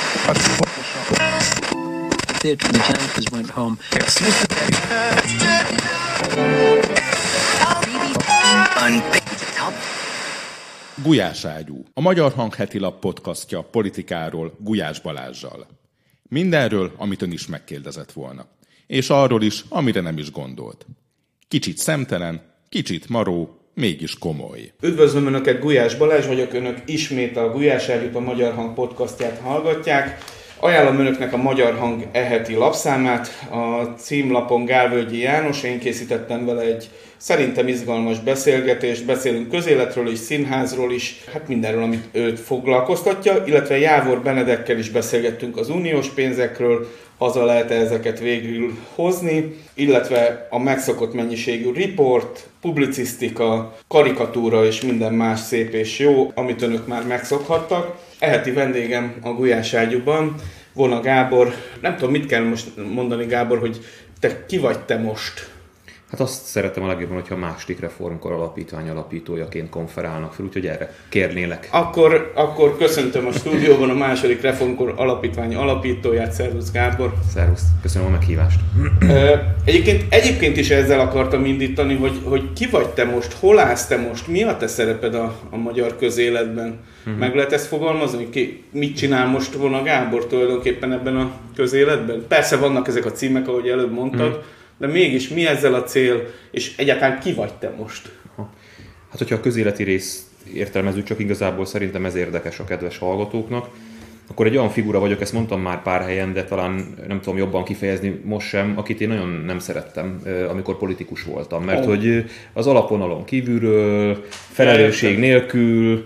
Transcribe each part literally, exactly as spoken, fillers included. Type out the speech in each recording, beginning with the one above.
Gulyáságyú, a Magyar Hang heti lap podcastja politikáról Gulyás Balázssal. Mindenről, amit ön is megkérdezett volna. És arról is, amire nem is gondolt. Kicsit szemtelen, kicsit maró, mégis komoly. Üdvözlöm Önöket, Gulyás Balázs vagyok, Önök ismét a Gulyáságyút, a Magyar Hang podcastját hallgatják. Ajánlom Önöknek a Magyar Hang e-heti lapszámát. A címlapon Gálvölgyi János, én készítettem vele egy szerintem izgalmas beszélgetést, beszélünk közéletről és színházról is, hát mindenről, amit őt foglalkoztatja, illetve Jávor Benedekkel is beszélgettünk az uniós pénzekről, haza lehet ezeket végül hozni, illetve a megszokott mennyiségű riport, publicisztika, karikatúra és minden más szép és jó, amit Önök már megszokhattak. Eheti vendégem a Gulyáságyúban, Vona Gábor. Nem tudom, mit kell most mondani, Gábor, hogy te ki vagy te most? Hát azt szeretem a legjobban, hogyha a második reformkor alapítvány alapítójaként konferálnak fel, úgyhogy erre kérnélek. Akkor, akkor köszöntöm a stúdióban a második reformkor alapítvány alapítóját, szervusz Gábor. Szervusz, köszönöm a meghívást. Egyébként, egyébként is ezzel akartam indítani, hogy, hogy ki vagy te most, hol állsz te most, mi a te szereped a, a magyar közéletben? Uh-huh. Meg lehet ezt fogalmazni, ki mit csinál most Vona Gábor tulajdonképpen ebben a közéletben? Persze vannak ezek a címek, ahogy előbb mondtad, uh-huh. de mégis mi ezzel a cél, és egyáltalán ki vagy te most? Hát, hogyha a közéleti részt értelmezzük, csak igazából szerintem ez érdekes a kedves hallgatóknak, akkor egy olyan figura vagyok, ezt mondtam már pár helyen, de talán nem tudom jobban kifejezni most sem, akit én nagyon nem szerettem, amikor politikus voltam. Mert oh. hogy az alapvonalon kívülről, felelősség nélkül,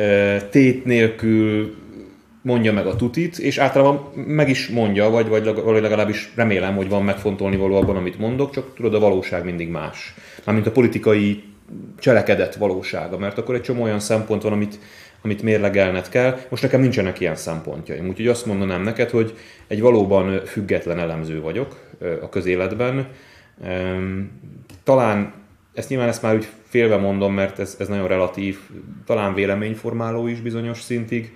tét nélkül mondja meg a tutit, és általában meg is mondja, vagy, vagy legalábbis remélem, hogy van megfontolni való abban, amit mondok, csak tudod, a valóság mindig más. Mármint a politikai cselekedet valósága, mert akkor egy csomó olyan szempont van, amit, amit mérlegelned kell. Most nekem nincsenek ilyen szempontjaim, úgyhogy azt mondanám neked, hogy egy valóban független elemző vagyok a közéletben. Talán, ezt nyilván ezt már úgy félve mondom, mert ez, ez nagyon relatív, talán véleményformáló is bizonyos szintig.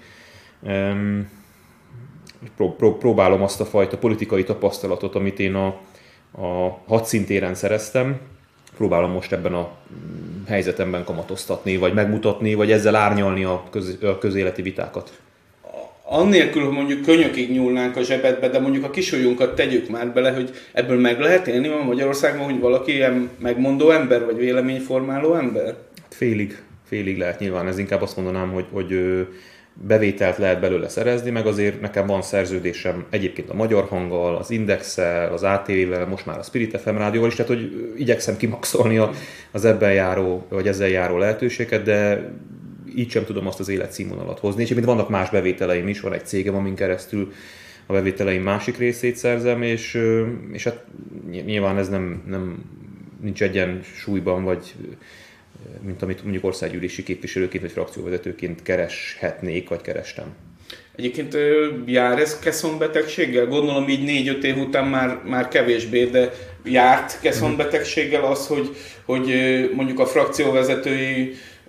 Pró- pró- próbálom azt a fajta politikai tapasztalatot, amit én a, a hadszintéren szereztem, próbálom most ebben a helyzetemben kamatoztatni, vagy megmutatni, vagy ezzel árnyalni a, köz- a közéleti vitákat. Annélkül, hogy mondjuk könyökig nyúlnánk a zsebedbe, de mondjuk a kisujjunkat tegyük már bele, hogy ebből meg lehet élni ma Magyarországon, hogy valaki ilyen megmondó ember, vagy véleményformáló ember? Félig, félig lehet nyilván, ez inkább azt mondanám, hogy, hogy bevételt lehet belőle szerezni, meg azért nekem van szerződésem egyébként a Magyar Hanggal, az Indexsel, az á té vével, most már a Spirit ef em rádióval is, tehát hogy igyekszem kimaxolni az ebben járó, vagy ezzel járó lehetőséget, de így sem tudom azt az életszínvonalat hozni. És egyébként vannak más bevételeim is, van egy cégem, amin keresztül a bevételeim másik részét szerzem, és, és hát nyilván ez nem, nem nincs egyensúlyban, vagy mint amit mondjuk országgyűlési képviselőként vagy frakcióvezetőként kereshetnék, vagy kerestem. Egyébként jár ez keszonbetegséggel? Gondolom így négy-öt év után már, már kevésbé, de járt keszonbetegséggel az, hogy, hogy mondjuk a frakcióvezetői,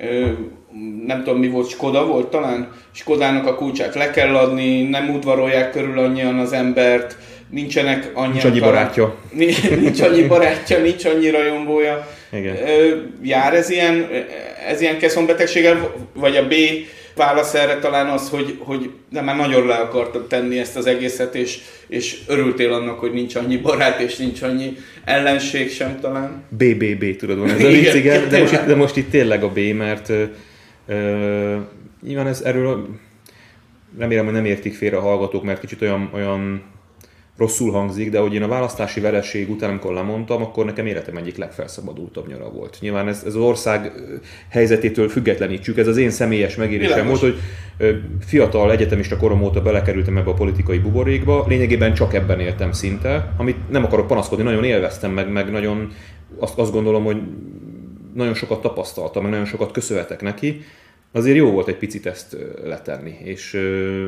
nem tudom mi volt, Skoda volt talán? Skodának a kulcsát le kell adni, nem udvarolják körül annyian az embert, nincsenek annyi... Nincs annyi barátja. Nincs annyi barátja, nincs annyi rajongója. Igen. Jár ez ilyen, ez ilyen keszonbetegséggel, vagy a B válasz erre talán az, hogy, hogy de már nagyon le akartad tenni ezt az egészet, és, és örültél annak, hogy nincs annyi barát, és nincs annyi ellenség sem talán. bé bé bé, tudod van ez a vicc, igen, de most, itt, de most itt tényleg a B, mert uh, uh, nyilván ez erről remélem, hogy nem értik félre a hallgatók, mert kicsit olyan, olyan rosszul hangzik, de hogy én a választási vereség után, amikor lemondtam, akkor nekem életem egyik legfelszabadultabb nyara volt. Nyilván ez, ez az ország helyzetétől függetlenítsük, ez az én személyes megélésem volt, hogy fiatal egyetemista korom óta belekerültem ebbe a politikai buborékba, lényegében csak ebben éltem szinte, amit nem akarok panaszkodni, nagyon élveztem, meg, meg nagyon azt, azt gondolom, hogy nagyon sokat tapasztaltam, meg nagyon sokat köszönhetek neki. Azért jó volt egy picit ezt letenni, és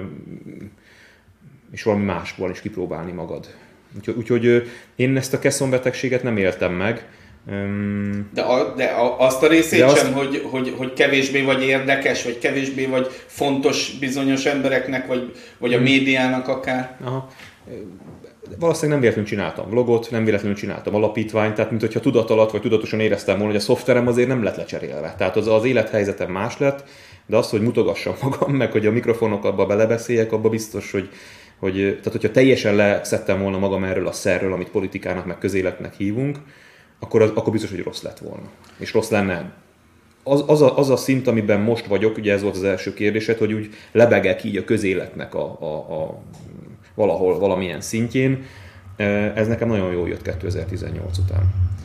és valami másból is kipróbálni magad. Úgyhogy, úgyhogy én ezt a keszonbetegséget nem éltem meg, De, a, de a, azt a részét de sem, azt... hogy, hogy, hogy kevésbé vagy érdekes, vagy kevésbé vagy fontos bizonyos embereknek, vagy, vagy a médiának akár. Aha. Valószínűleg nem véletlenül csináltam vlogot, nem véletlenül csináltam alapítványt, tehát mint hogyha tudat alatt vagy tudatosan éreztem volna, hogy a szoftverem azért nem lett lecserélve. Tehát az, az élethelyzetem más lett, de az, hogy mutogassam magam, meg hogy a mikrofonok abba belebeszéljek, abba biztos, hogy, hogy tehát hogyha teljesen leszettem volna magam erről a szerről, amit politikának, meg közéletnek hívunk, akkor, az, akkor biztos, hogy rossz lett volna. És rossz lenne. Az, az, a, az a szint, amiben most vagyok, ugye ez volt az első kérdésed, hogy úgy lebegek így a közéletnek a, a, a valahol, valamilyen szintjén. Ez nekem nagyon jól jött kétezer-tizennyolc után.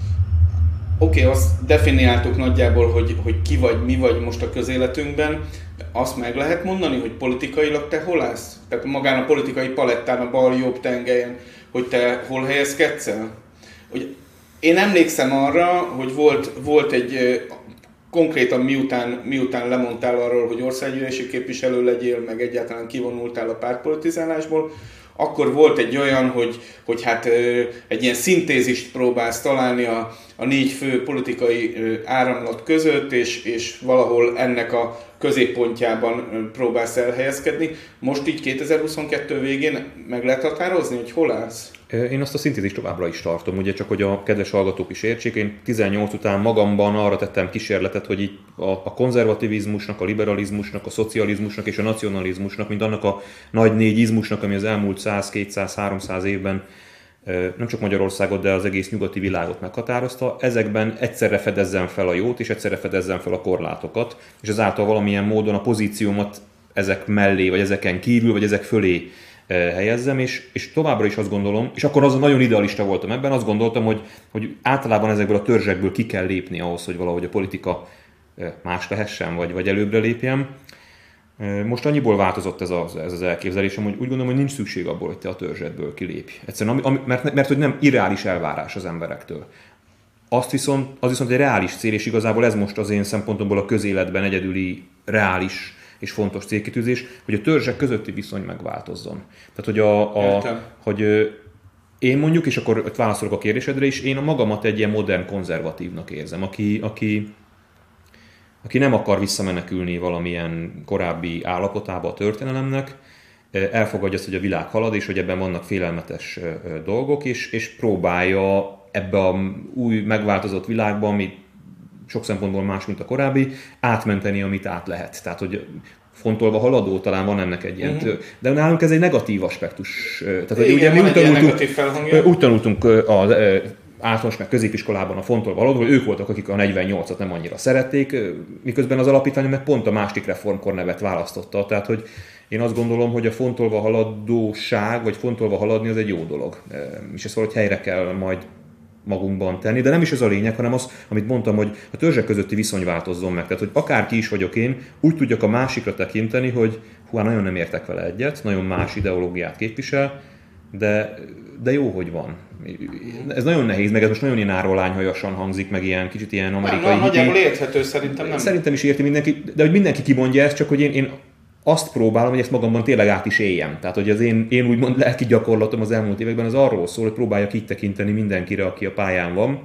Oké, okay, azt definiáltuk nagyjából, hogy, hogy ki vagy, mi vagy most a közéletünkben. Azt meg lehet mondani, hogy politikailag te hol állsz? Tehát magán a politikai palettán, a bal-jobb tengelyen, hogy te hol helyezkedsz el? Hogy én emlékszem arra, hogy volt, volt egy konkrétan miután, miután lemondtál arról, hogy országgyűlési képviselő legyél, meg egyáltalán kivonultál a pártpolitizálásból, akkor volt egy olyan, hogy, hogy hát egy ilyen szintézist próbálsz találni a, a négy fő politikai áramlat között, és, és valahol ennek a középpontjában próbálsz elhelyezkedni. Most így kétezer-huszonkettő végén meg lehet határozni, hogy hol állsz? Én azt a szintézist továbbra is tartom, ugye csak hogy a kedves hallgatók is értsék. Én tizennyolc után magamban arra tettem kísérletet, hogy így a, a konzervativizmusnak, a liberalizmusnak, a szocializmusnak és a nacionalizmusnak, mint annak a nagy négy izmusnak, ami az elmúlt száz, kétszáz, háromszáz évben nem csak Magyarországot, de az egész nyugati világot meghatározta, ezekben egyszerre fedezzem fel a jót, és egyszerre fedezzem fel a korlátokat, és ezáltal valamilyen módon a pozíciómat ezek mellé, vagy ezeken kívül, vagy ezek fölé helyezzem, és, és továbbra is azt gondolom, és akkor azon nagyon idealista voltam ebben, azt gondoltam, hogy, hogy általában ezekből a törzsekből ki kell lépni ahhoz, hogy valahogy a politika más lehessen, vagy, vagy előbbre lépjen. Most annyiból változott ez az, ez az elképzelésem, hogy úgy gondolom, hogy nincs szükség abból, hogy te a törzsedből kilépj. Egyszerűen, ami, mert, mert hogy nem irreális elvárás az emberektől. Azt viszont, az viszont egy reális cél, és igazából ez most az én szempontomból a közéletben egyedüli reális és fontos célkitűzés, hogy a törzsek közötti viszony megváltozzon. Tehát, hogy, a, a, hogy én mondjuk, és akkor válaszolok a kérdésedre is, én a magamat egy ilyen modern konzervatívnak érzem, aki, aki, aki nem akar visszamenekülni valamilyen korábbi állapotába a történelemnek, elfogadja azt, hogy a világ halad, és hogy ebben vannak félelmetes dolgok, és, és próbálja ebbe a új megváltozott világba, ami sok szempontból más, mint a korábbi, átmenteni, amit át lehet. Tehát, hogy fontolva haladó, talán van ennek egy ilyen... Uh-huh. De nálunk ez egy negatív aspektus. Tehát, hogy igen, ugye mi úgy tanultunk, úgy tanultunk az általános meg középiskolában a fontolva haladó, hogy ők voltak, akik a negyvennyolcat nem annyira szerették, miközben az alapítvány meg pont a másik reformkor nevet választotta. Tehát, hogy én azt gondolom, hogy a fontolva haladóság, vagy fontolva haladni az egy jó dolog. És ezt valahogy helyre kell majd magunkban tenni, de nem is ez a lényeg, hanem az, amit mondtam, hogy a törzsek közötti viszony változzon meg. Tehát, hogy akárki is vagyok én, úgy tudjak a másikra tekinteni, hogy hú, hát nagyon nem értek vele egyet, nagyon más ideológiát képvisel, de, de jó, hogy van. Ez nagyon nehéz, meg ez most nagyon ilyen árvalányhajasan hangzik, meg ilyen kicsit ilyen amerikai... Nem, nagyjából érthető, szerintem nem. Szerintem is érti mindenki, de hogy mindenki kimondja ezt, csak hogy én, én azt próbálom, hogy ezt magamban tényleg át is éljem. Tehát, hogy az én, én úgymond lelki gyakorlatom az elmúlt években az arról szól, hogy próbáljak így tekinteni mindenkire, aki a pályán van.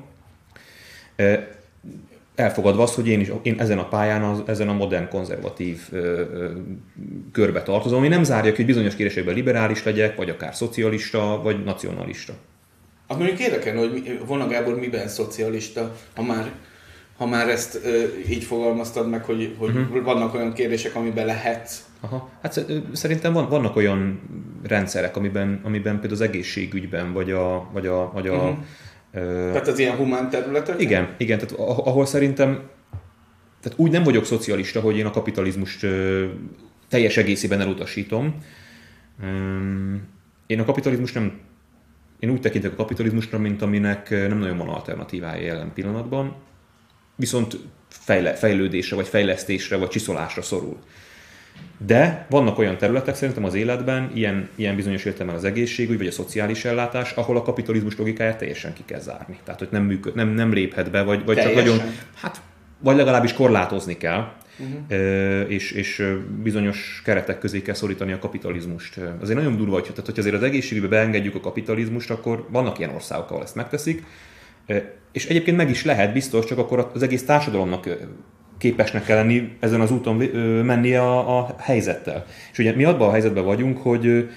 Elfogadva azt, hogy én is én ezen a pályán, az, ezen a modern konzervatív ö, ö, körbe tartozom, ami nem zárja ki, hogy bizonyos kérdésekben liberális legyek, vagy akár szocialista, vagy nacionalista. Az mondjuk érdekelne, hogy Vona Gábor miben szocialista, ha már, ha már ezt ö, így fogalmaztad meg, hogy, hogy uh-huh. vannak olyan kérdések, amiben lehetsz. Aha. Hát szerintem van, vannak olyan rendszerek, amiben, amiben például az egészségügyben, vagy a... Vagy a, vagy a uh-huh. Tehát az ilyen humán területek? Igen, igen, tehát ahol szerintem, tehát úgy nem vagyok szocialista, hogy én a kapitalizmust teljes egészében elutasítom. Én a kapitalizmus nem, én úgy tekintek a kapitalizmusra, mint aminek nem nagyon van alternatívája jelen pillanatban, viszont fejle, fejlődésre, vagy fejlesztésre, vagy csiszolásra szorul. De vannak olyan területek szerintem az életben, ilyen, ilyen bizonyos értelemben az egészségügy, vagy a szociális ellátás, ahol a kapitalizmus logikáját teljesen ki kell zárni. Tehát, hogy nem, működ, nem, nem léphet be, vagy, vagy csak nagyon, hát, vagy legalábbis korlátozni kell, uh-huh. és, és bizonyos keretek közé kell szorítani a kapitalizmust. Azért nagyon durva, hogy, tehát, hogy azért az egészségügybe beengedjük a kapitalizmust, akkor vannak ilyen országok, ahol ezt megteszik, És egyébként meg is lehet biztos, csak akkor az egész társadalomnak képesnek kell lenni ezen az úton menni a, a helyzettel. És ugye mi abban a helyzetben vagyunk, hogy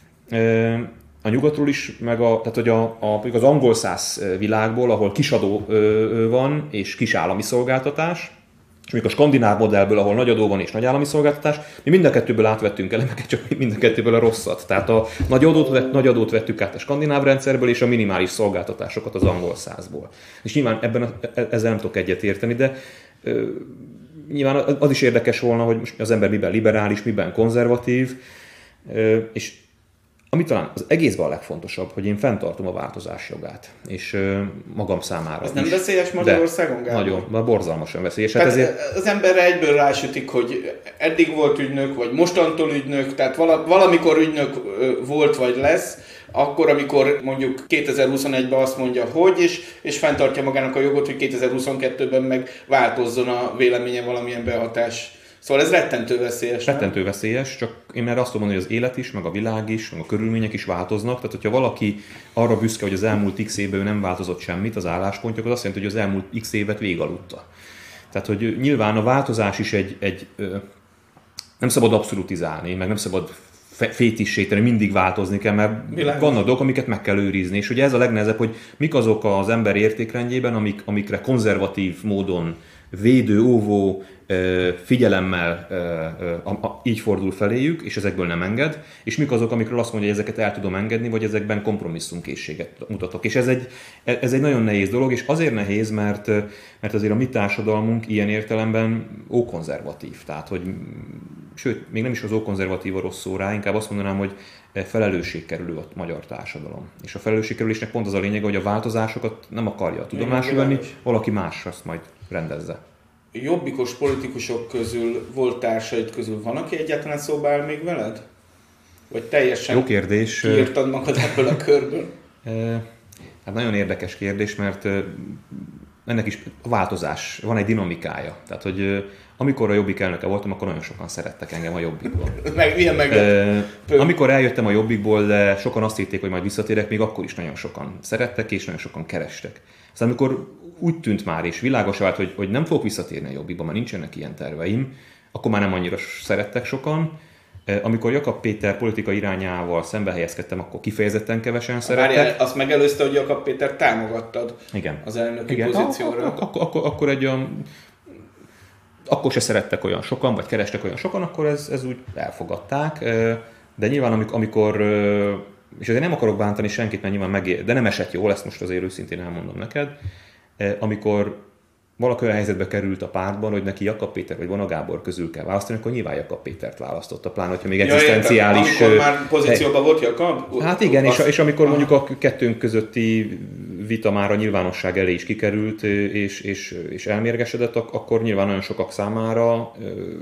a nyugatról is, meg a, tehát hogy a, a, az angol száz világból, ahol kisadó van és kis állami szolgáltatás, és még a skandináv modellből, ahol nagy adó van és nagy állami szolgáltatás, mi mind a kettőből átvettünk elemeket, csak mind a kettőből a rosszat. Tehát a nagy adót, vett, nagy adót vettük át a skandináv rendszerből, és a minimális szolgáltatásokat az angol százból. És nyilván ebben a, ezzel nem tudok egyet érteni, de ö, nyilván az is érdekes volna, hogy most az ember miben liberális, miben konzervatív, ö, és ami talán az egészben a legfontosabb, hogy én fenntartom a változás jogát, és ö, magam számára Ez is. nem veszélyes Magyarországon, Gábor? Nagyon, már borzalmasan veszélyes. Tehát hát ezért... az emberre egyből rásütik, hogy eddig volt ügynök, vagy mostantól ügynök, tehát vala, valamikor ügynök volt, vagy lesz, akkor, amikor mondjuk kétezer-huszonegyben azt mondja, hogy, és, és fenntartja magának a jogot, hogy kétezer-huszonkettőben meg változzon a véleménye valamilyen behatás. Szóval ez rettentő veszélyes. Rettentő veszélyes, csak én már azt tudom mondani, hogy az élet is, meg a világ is, meg a körülmények is változnak. Tehát, hogyha valaki arra büszke, hogy az elmúlt x évben ő nem változott semmit, az álláspontjuk, az azt jelenti, hogy az elmúlt x évet végigaludta. Tehát, hogy nyilván a változás is egy, egy nem szabad abszolutizálni, meg nem szabad fétissíteni, mindig változni kell, mert Világos. Vannak dolgok, amiket meg kell őrizni. És ugye ez a legnehezebb, hogy mik azok az ember értékrendjében, amik, amikre konzervatív módon védő, óvó, figyelemmel így fordul feléjük, és ezekből nem enged, és mik azok, amikről azt mondja, hogy ezeket el tudom engedni, vagy ezekben kompromisszumkészséget mutatok. És ez egy, ez egy nagyon nehéz dolog, és azért nehéz, mert, mert azért a mi társadalmunk ilyen értelemben ókonzervatív. Tehát, hogy sőt, még nem is az ókonzervatív a rossz szó rá, inkább azt mondanám, hogy felelősségkerülő a magyar társadalom. És a felelősségkerülésnek pont az a lényeg, hogy a változásokat nem akarja tudomásul venni, valaki más azt majd rendezze. Jobbikos politikusok közül, volt társaid közül, van, aki egyáltalán szóba áll még veled? Vagy teljesen Jó kérdés. kiírtad magad ebből a körből? Hát nagyon érdekes kérdés, mert ennek is változás, van egy dinamikája. Tehát, hogy amikor a Jobbik elnöke voltam, akkor nagyon sokan szerettek engem a Jobbikból. Meg, milyen meglepő. Amikor eljöttem a Jobbikból, de sokan azt hitték, hogy majd visszatérek, még akkor is nagyon sokan szerettek, és nagyon sokan kerestek. Aztán amikor úgy tűnt már, és világos vált, hogy, hogy nem fogok visszatérni a Jobbikba, már nincsenek ilyen terveim, akkor már nem annyira szerettek sokan. Amikor Jakab Péter politika irányával szembe helyezkedtem, akkor kifejezetten kevesen szerettek. Várjál, azt megelőzte, hogy Jakab Péter támogattad Igen. az elnöki Igen. pozícióra. Akkor, akkor, akkor, akkor egy olyan... Akkor se szerettek olyan sokan, vagy kerestek olyan sokan, akkor ez, ez úgy elfogadták. De nyilván amikor... És azért nem akarok bántani senkit, mert nyilván megér, de nem esett jól, ezt most azért őszintén elmondom neked. Amikor valaki olyan helyzetbe került a pártban, hogy neki Jakab Péter vagy Vona Gábor közül kell választani, akkor nyilván Jakab Pétert választotta, pláne, hogyha még egzisztenciális... Ja, amikor már pozícióban volt Jakab? Hát igen, és, és amikor aha. mondjuk a kettőnk közötti vita már a nyilvánosság elé is kikerült, és, és, és elmérgesedett, akkor nyilván nagyon sokak számára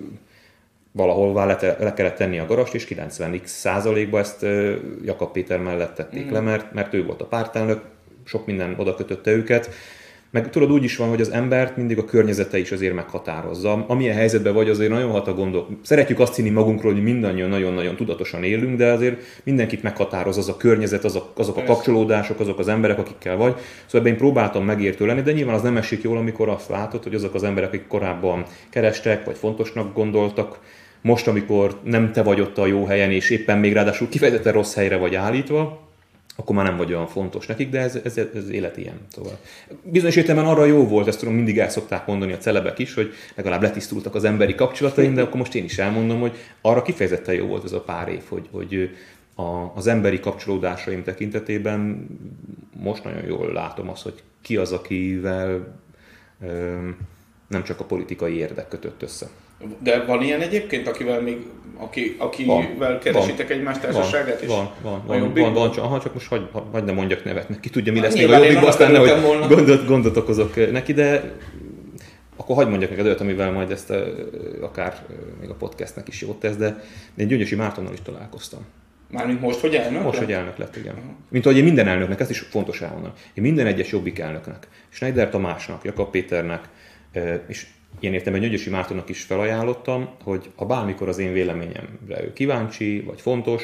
valahová le, le kellett tenni a garast, és kilencven százalékban ezt Jakab Péter mellett tették mm. le, mert, mert ő volt a pártelnök, sok minden oda kötötte őket. Meg tudod, úgy is van, hogy az embert mindig a környezete is azért meghatározza. Amilyen helyzetben vagy, azért nagyon hat a gondok. Szeretjük azt hinni magunkról, hogy mindannyian nagyon-nagyon tudatosan élünk, de azért mindenkit meghatároz az a környezet, azok, azok a kapcsolódások, azok az emberek, akikkel vagy. Szóval ebben én próbáltam megértő lenni, de nyilván az nem esik jól, amikor azt látod, hogy azok az emberek, akik korábban kerestek, vagy fontosnak gondoltak, most, amikor nem te vagy ott a jó helyen, és éppen még ráadásul kifejezetten rossz helyre vagy állítva, akkor már nem vagy olyan fontos nekik, de ez, ez, ez élet ilyen. Szóval bizonyos értelemben arra jó volt, ezt tudom, mindig el szokták mondani a celebek is, hogy legalább letisztultak az emberi kapcsolataim, de akkor most én is elmondom, hogy arra kifejezetten jó volt ez a pár év, hogy, hogy a, az emberi kapcsolódásaim tekintetében most nagyon jól látom azt, hogy ki az, akivel ö, nem csak a politikai érdek kötött össze. De van ilyen egyébként, akivel még, aki, akivel van, keresitek van, egymás társaságát? Van, van, van, van, van, van, csak, aha, csak most hagy, hagy ne mondjak nevet, mert ki tudja, mi lesz még a Jobbikban, aztán nehogy gondot, gondot okozok neki, de akkor hagy mondjak neked olyat, amivel majd ezt akár még a podcastnek is jót tesz, de én Gyöngyösi Mártonnal is találkoztam. Mármint most, hogy elnök Most, lett? hogy elnök lett, igen. Uh-huh. Mint ahogy én minden elnöknek, ezt is fontos elmondani. Én minden egyes Jobbik elnöknek, Schneider Tamásnak, Jakab Péternek, és ilyen értelemben Gyöngyösi Mártonnak is felajánlottam, hogy ha bármikor az én véleményemre ő kíváncsi, vagy fontos,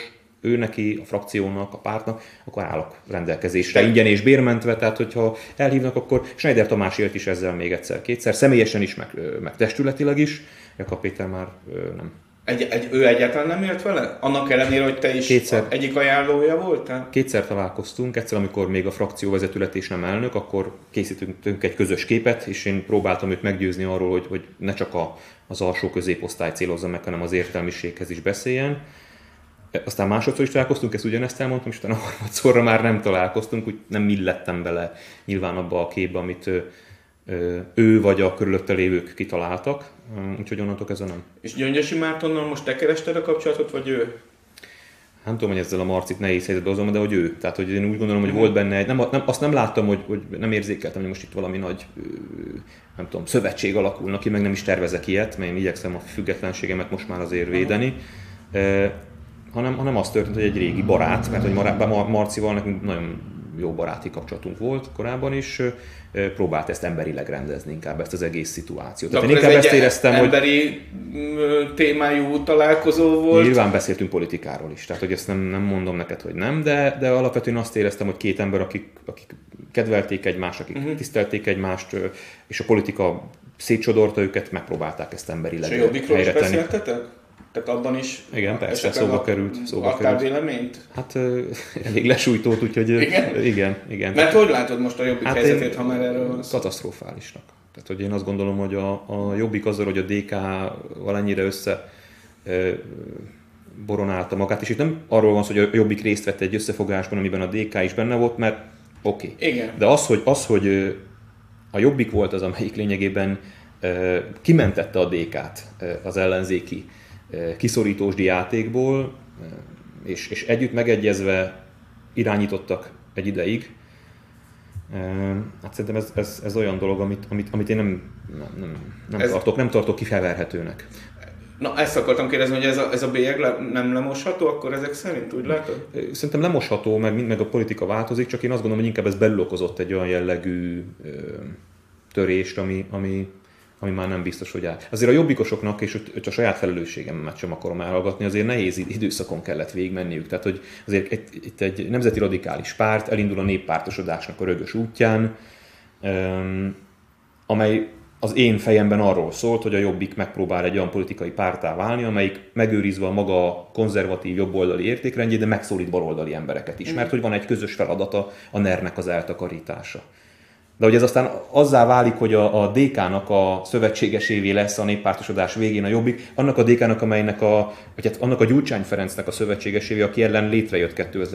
ő neki, a frakciónak, a pártnak, akkor állok rendelkezésre ingyen és bérmentve, tehát hogyha elhívnak, akkor Schneider Tamás élt is ezzel még egyszer, kétszer, személyesen is, meg, meg testületileg is, Jakab Péter már nem. Egy, egy, ő egyáltalán nem élt vele? Annak ellenére, hogy te is kétszer, egyik ajánlója voltál? Kétszer találkoztunk, egyszer, amikor még a frakcióvezető lett és nem elnök, akkor készítünk egy közös képet, és én próbáltam őt meggyőzni arról, hogy, hogy ne csak a, az alsó középosztály célozza meg, hanem az értelmiséghez is beszéljen. Aztán másodszor is találkoztunk, ezt ugyanezt elmondtam, és utána a harmadszorra már nem találkoztunk, úgy nem illettem bele nyilván abba a képbe, amit ő vagy a körülötte lévők kitaláltak, úgyhogy onnantól kezdve nem. És Gyöngyösi Mártonnal most te kerested a kapcsolatot, vagy ő? Nem tudom, hogy ezzel a Marcit nehéz helyzetbe hozom, de hogy ő. Tehát, hogy én úgy gondolom, hogy mm. volt benne egy, nem, nem, azt nem láttam, hogy, hogy nem érzékeltem, hogy most itt valami nagy, nem tudom, szövetség alakulna ki, meg nem is tervezek ilyet, mert én igyekszem a függetlenségemet most már azért védeni. Eh, hanem, hanem az történt, hogy egy régi barát, mert hogy Mar- Marcival nekünk nagyon jó baráti kapcsolatunk volt korábban is, próbált ezt emberileg rendezni inkább, ezt az egész szituációt. De én inkább ezt éreztem, emberi hogy... témájú találkozó volt? Nyilván beszéltünk politikáról is, tehát hogy ezt nem, nem mondom neked, hogy nem, de, de alapvetően azt éreztem, hogy két ember, akik, akik kedvelték egymást, akik uh-huh. tisztelték egymást, és a politika szétcsodorta őket, megpróbálták ezt emberileg helyre tenni. És a Jobbikról is beszéltetek? Tehát abban is igen, persze, szóba került. Szóba adtál került. véleményt? Hát elég lesújtót, úgyhogy igen? igen, igen. Mert hogy látod most a Jobbik hát helyzetét, ha már erről van szó? Katasztrofálisnak. Tehát, hogy én azt gondolom, hogy a, a Jobbik azzal, hogy a dé ká-val ennyire össze e, boronálta magát, és itt nem arról van szó, hogy a Jobbik részt vett egy összefogásban, amiben a dé ká is benne volt, mert oké. Okay. Igen. De az hogy, az, hogy a Jobbik volt az, amelyik lényegében e, kimentette a dé ká-t az ellenzéki kiszorítósdi játékból, és, és együtt megegyezve irányítottak egy ideig. Hát szerintem ez, ez, ez olyan dolog, amit, amit, amit én nem, nem, nem, nem, ez... tartok, nem tartok kifeverhetőnek. Na, ezt akartam kérdezni, hogy ez a, ez a bélyeg le, nem lemosható, akkor ezek szerint úgy látod? Szerintem lemosható, meg, meg a politika változik, csak én azt gondolom, hogy inkább ez belül okozott egy olyan jellegű ö, törést, ami, ami ami már nem biztos, hogy áll. Azért a jobbikosoknak, és a saját felelősségemet sem akarom elhallgatni, azért nehéz időszakon kellett végigmenniük. Tehát, hogy azért itt egy nemzeti radikális párt elindul a néppártosodásnak a rögös útján, amely az én fejemben arról szólt, hogy a Jobbik megpróbál egy olyan politikai párttá válni, amelyik megőrizve a maga konzervatív jobboldali értékrendjét, de megszólít baloldali embereket is, mert hogy van egy közös feladata, a nernek az eltakarítása. De hogy ez aztán azzá válik, hogy a, a dé ká-nak a szövetségesévé lesz a néppártosodás végén a Jobbik, annak a dé ká-nak, amelynek a, vagy hát annak a Gyurcsány Ferencnek a szövetségesévé, aki ellen létrejött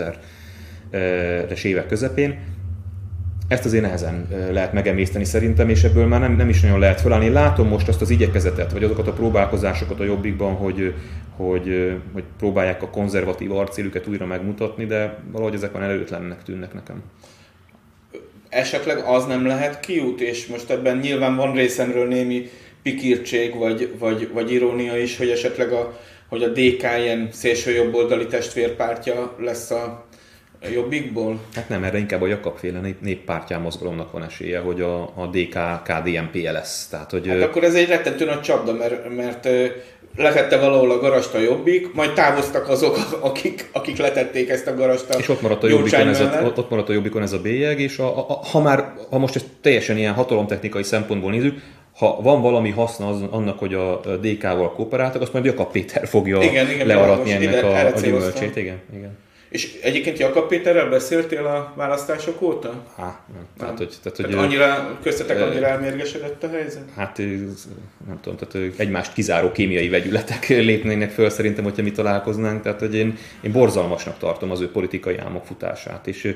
kétezres évek közepén. Ezt azért nehezen lehet megemészteni szerintem, és ebből már nem, nem is nagyon lehet felállni. Én látom most azt az igyekezetet, vagy azokat a próbálkozásokat a Jobbikban, hogy, hogy, hogy próbálják a konzervatív arcélüket újra megmutatni, de valahogy ezek van előtlennek tűnnek nekem. Esetleg az nem lehet kiút, és most ebben nyilván van részemről némi pikírtség, vagy, vagy, vagy irónia is, hogy esetleg a, hogy a dé ká ilyen szélső jobboldali testvérpártja lesz a Jobbikból? Hát nem, erre inkább a Jakab-féle nép, néppártyán mozgalomnak van esélye, hogy a, a dé ká ká dé en pé lesz. Tehát, hogy hát akkor ez egy rettentő nagy csapda, mert, mert letette valahol a garast a Jobbik, majd távoztak azok, akik, akik letették ezt a garast a és ott maradt a Jobbikon ez a, ott maradt a Jobbikon ez a bélyeg, és a, a, ha már, ha most ezt teljesen ilyen hatalomtechnikai szempontból nézzük, ha van valami haszna az, annak, hogy a dé ká-val kooperáltak, azt majd Jakab Péter fogja igen, igen, learatni ennek ide, a, a gyümölcsét. Igen, igen. És egyébként Jakab Péterrel beszéltél a választások óta? Há, nem. Tehát, hogy, tehát, tehát hogy, annyira, köztetek annyira elmérgesedett a helyzet? Hát nem tudom, tehát egymást kizáró kémiai vegyületek lépnének föl szerintem, hogyha mi találkoznánk. Tehát, hogy én, én borzalmasnak tartom az ő politikai álmok futását. És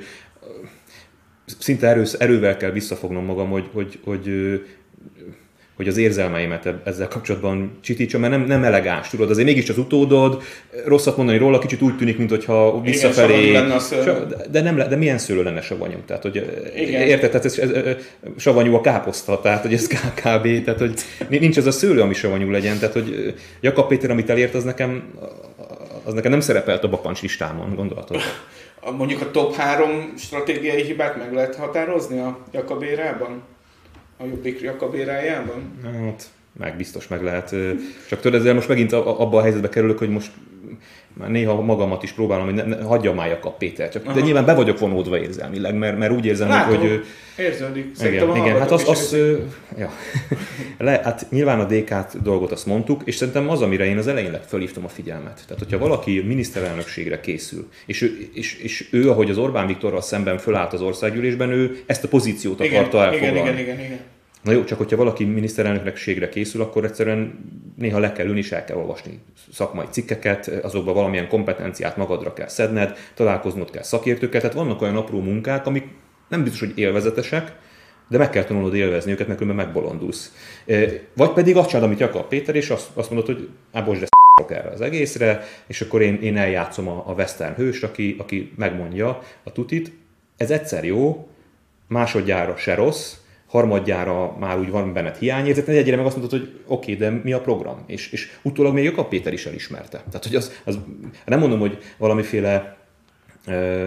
szinte erő, erővel kell visszafognom magam, hogy, hogy, hogy hogy az érzelmeimet ezzel kapcsolatban csitítsam, mert nem, nem elegáns, tudod, azért mégis az utódod, rosszat mondani róla, kicsit úgy tűnik, mintha visszafelé... Igen, lenne a szőlő. De, nem, de milyen szőlő lenne savanyú? Tehát, hogy érted, tehát ez, ez, ez, savanyú a káposzta, tehát, hogy ez kb. Tehát, hogy nincs az a szőlő, ami savanyú legyen, tehát, hogy Jakab Péter, amit elért, az nekem, az nekem nem szerepelt a bakancs listámon, gondolhatod. Mondjuk a top három stratégiai hibát meg lehet határozni a Jakab érában? A Jobbik Jakab érájában? Hát, meg biztos meg lehet. Csak tudod, ezzel most megint abba a helyzetbe kerülök, hogy most néha magamat is próbálom, hogy ne, ne, hagyjam már Jakab Péter, csak, de nyilván be vagyok vonódva érzelmileg, mert, mert úgy érzem, Látom, hogy... érződik. Igen, igen, hát az... az ja. Le, hát nyilván a dé ká dolgot azt mondtuk, és szerintem az, amire én az elején fölhívtam a figyelmet. Tehát, hogyha valaki miniszterelnökségre készül, és ő, és, és ő ahogy az Orbán Viktorral szemben fölállt az országgyűlésben, ő ezt a pozíciót akarta igen, elfoglalni. Igen, igen, igen, igen. Na jó, csak hogyha valaki miniszterelnökségre készül, akkor egyszerűen néha le kell ülni, és el kell olvasni szakmai cikkeket, azokban valamilyen kompetenciát magadra kell szedned, találkoznod kell szakértőkkel, tehát vannak olyan apró munkák, amik nem biztos, hogy élvezetesek, de meg kell tanulnod élvezni őket, mert különben megbolondulsz. Vagy pedig azt csinálod, amit Jakab Péter, és azt, azt mondod, hogy á, bocs, de s***ok erre az egészre, és akkor én, én eljátszom a, a western hőst, aki, aki megmondja a tutit. Ez egyszer jó, másodjára se rossz, harmadjára már úgy van benned hiányérzet, egyre meg azt mondod, hogy oké, okay, de mi a program? És, és utólag még Jakab Péter is elismerte. Tehát, hogy az, az, nem mondom, hogy valamiféle ö, ö,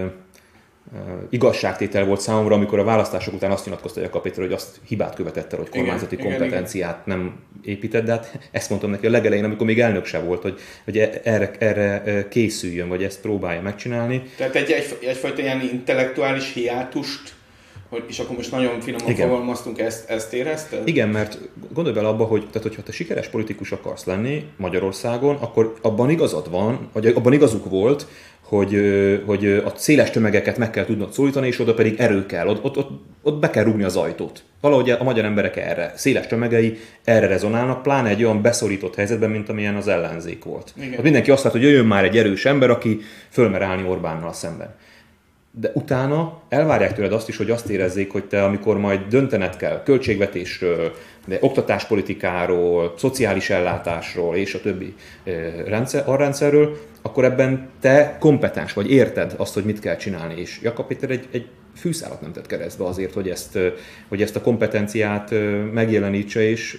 igazságtétel volt számomra, amikor a választások után azt nyilatkozta Jakab Péter, hogy azt hibát követett el, hogy kormányzati igen, kompetenciát igen, nem épített, de hát ezt mondtam neki a legelején, amikor még elnök se volt, hogy, hogy erre, erre készüljön, vagy ezt próbálja megcsinálni. Tehát egy, egy, egyfajta ilyen intellektuális hiátust, hogy, és akkor most nagyon finoman fogalmaztunk, ezt, ezt érezted? Igen, mert gondolj bele abba, hogy tehát, hogyha te sikeres politikus akarsz lenni Magyarországon, akkor abban igazad van, vagy abban igazuk volt, hogy, hogy a széles tömegeket meg kell tudnod szólítani, és oda pedig erő kell, ott, ott, ott, ott be kell rúgni az ajtót. Valahogy a magyar emberek erre, széles tömegei erre rezonálnak, pláne egy olyan beszorított helyzetben, mint amilyen az ellenzék volt. Ott mindenki azt lát, hogy jöjjön már egy erős ember, aki fölmer állni Orbánnal szemben. De utána elvárják tőled azt is, hogy azt érezzék, hogy te, amikor majd döntened kell költségvetésről, de oktatáspolitikáról, szociális ellátásról és a többi rendszer, arrendszerről, akkor ebben te kompetens vagy, érted azt, hogy mit kell csinálni. És Jakab Péter egy, egy fűszálat nem tett keresztbe azért, hogy ezt, hogy ezt a kompetenciát megjelenítse, és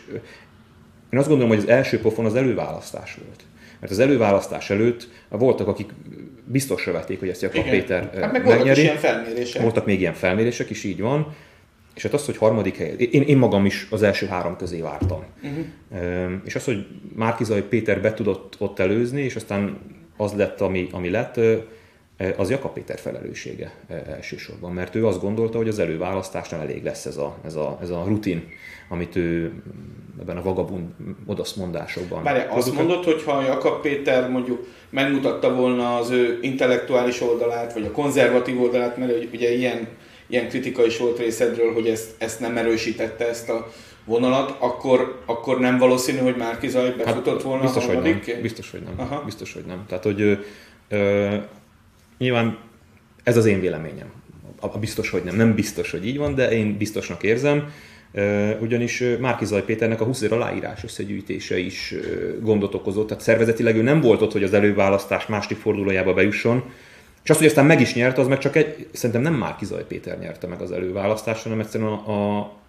én azt gondolom, hogy az első pofon az előválasztás volt. Mert az előválasztás előtt voltak, akik biztosra vették, hogy ezt Jakab Igen. Péter hát meg megnyeri. Voltak ilyen felmérések. Voltak még ilyen felmérések is, így van. És hát az, hogy harmadik hely, én, én magam is az első három közé vártam. Uh-huh. És az, hogy Márki-Zay Péter be tudott ott előzni, és aztán az lett, ami, ami lett, az Jakab Péter felelőssége elsősorban. Mert ő azt gondolta, hogy az előválasztásnál elég lesz ez a, ez a, ez a rutin, amit ő ebben a vagabund odaszmondásokban. Várjál, azt mondod, hogy ha Jakab Péter mondjuk megmutatta volna az ő intellektuális oldalát, vagy a konzervatív oldalát, mert ugye ilyen, ilyen kritika is volt részedről, hogy ezt, ezt nem erősítette, ezt a vonalat, akkor, akkor nem valószínű, hogy Márki-Zay befutott hát, volna biztos, a hogy nem. Biztos, hogy nem. Aha. Biztos, hogy nem. Tehát, hogy ö, ö, nyilván ez az én véleményem. A, a biztos, hogy nem. Nem biztos, hogy így van, de én biztosnak érzem. Ugyanis Márki-Zay Péternek a húsz ezer aláírás összegyűjtése is gondot okozott, tehát szervezetileg ő nem volt ott, hogy az előválasztás második fordulójába bejusson, és azt, hogy aztán meg is nyerte, az meg csak egy, szerintem nem Márki-Zay Péter nyerte meg az előválasztást, hanem egyszerűen a, a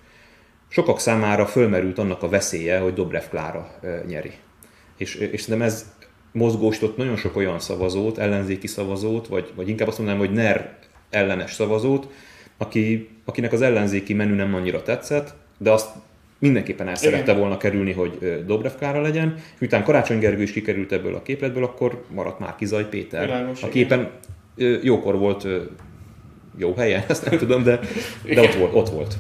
sokak számára fölmerült annak a veszélye, hogy Dobrev Klára nyeri. És, és szerintem ez mozgósított nagyon sok olyan szavazót, ellenzéki szavazót, vagy, vagy inkább azt mondanám, hogy NER ellenes szavazót, Aki, akinek az ellenzéki menü nem annyira tetszett, de azt mindenképpen el szerette volna kerülni, hogy Dobrev Klára legyen. És miután Karácsony Gergő is kikerült ebből a képletből, akkor maradt Márki-Zay Péter. Világos, a képen jókor volt, jó helyen, ezt nem tudom, de, de ott volt, ott volt.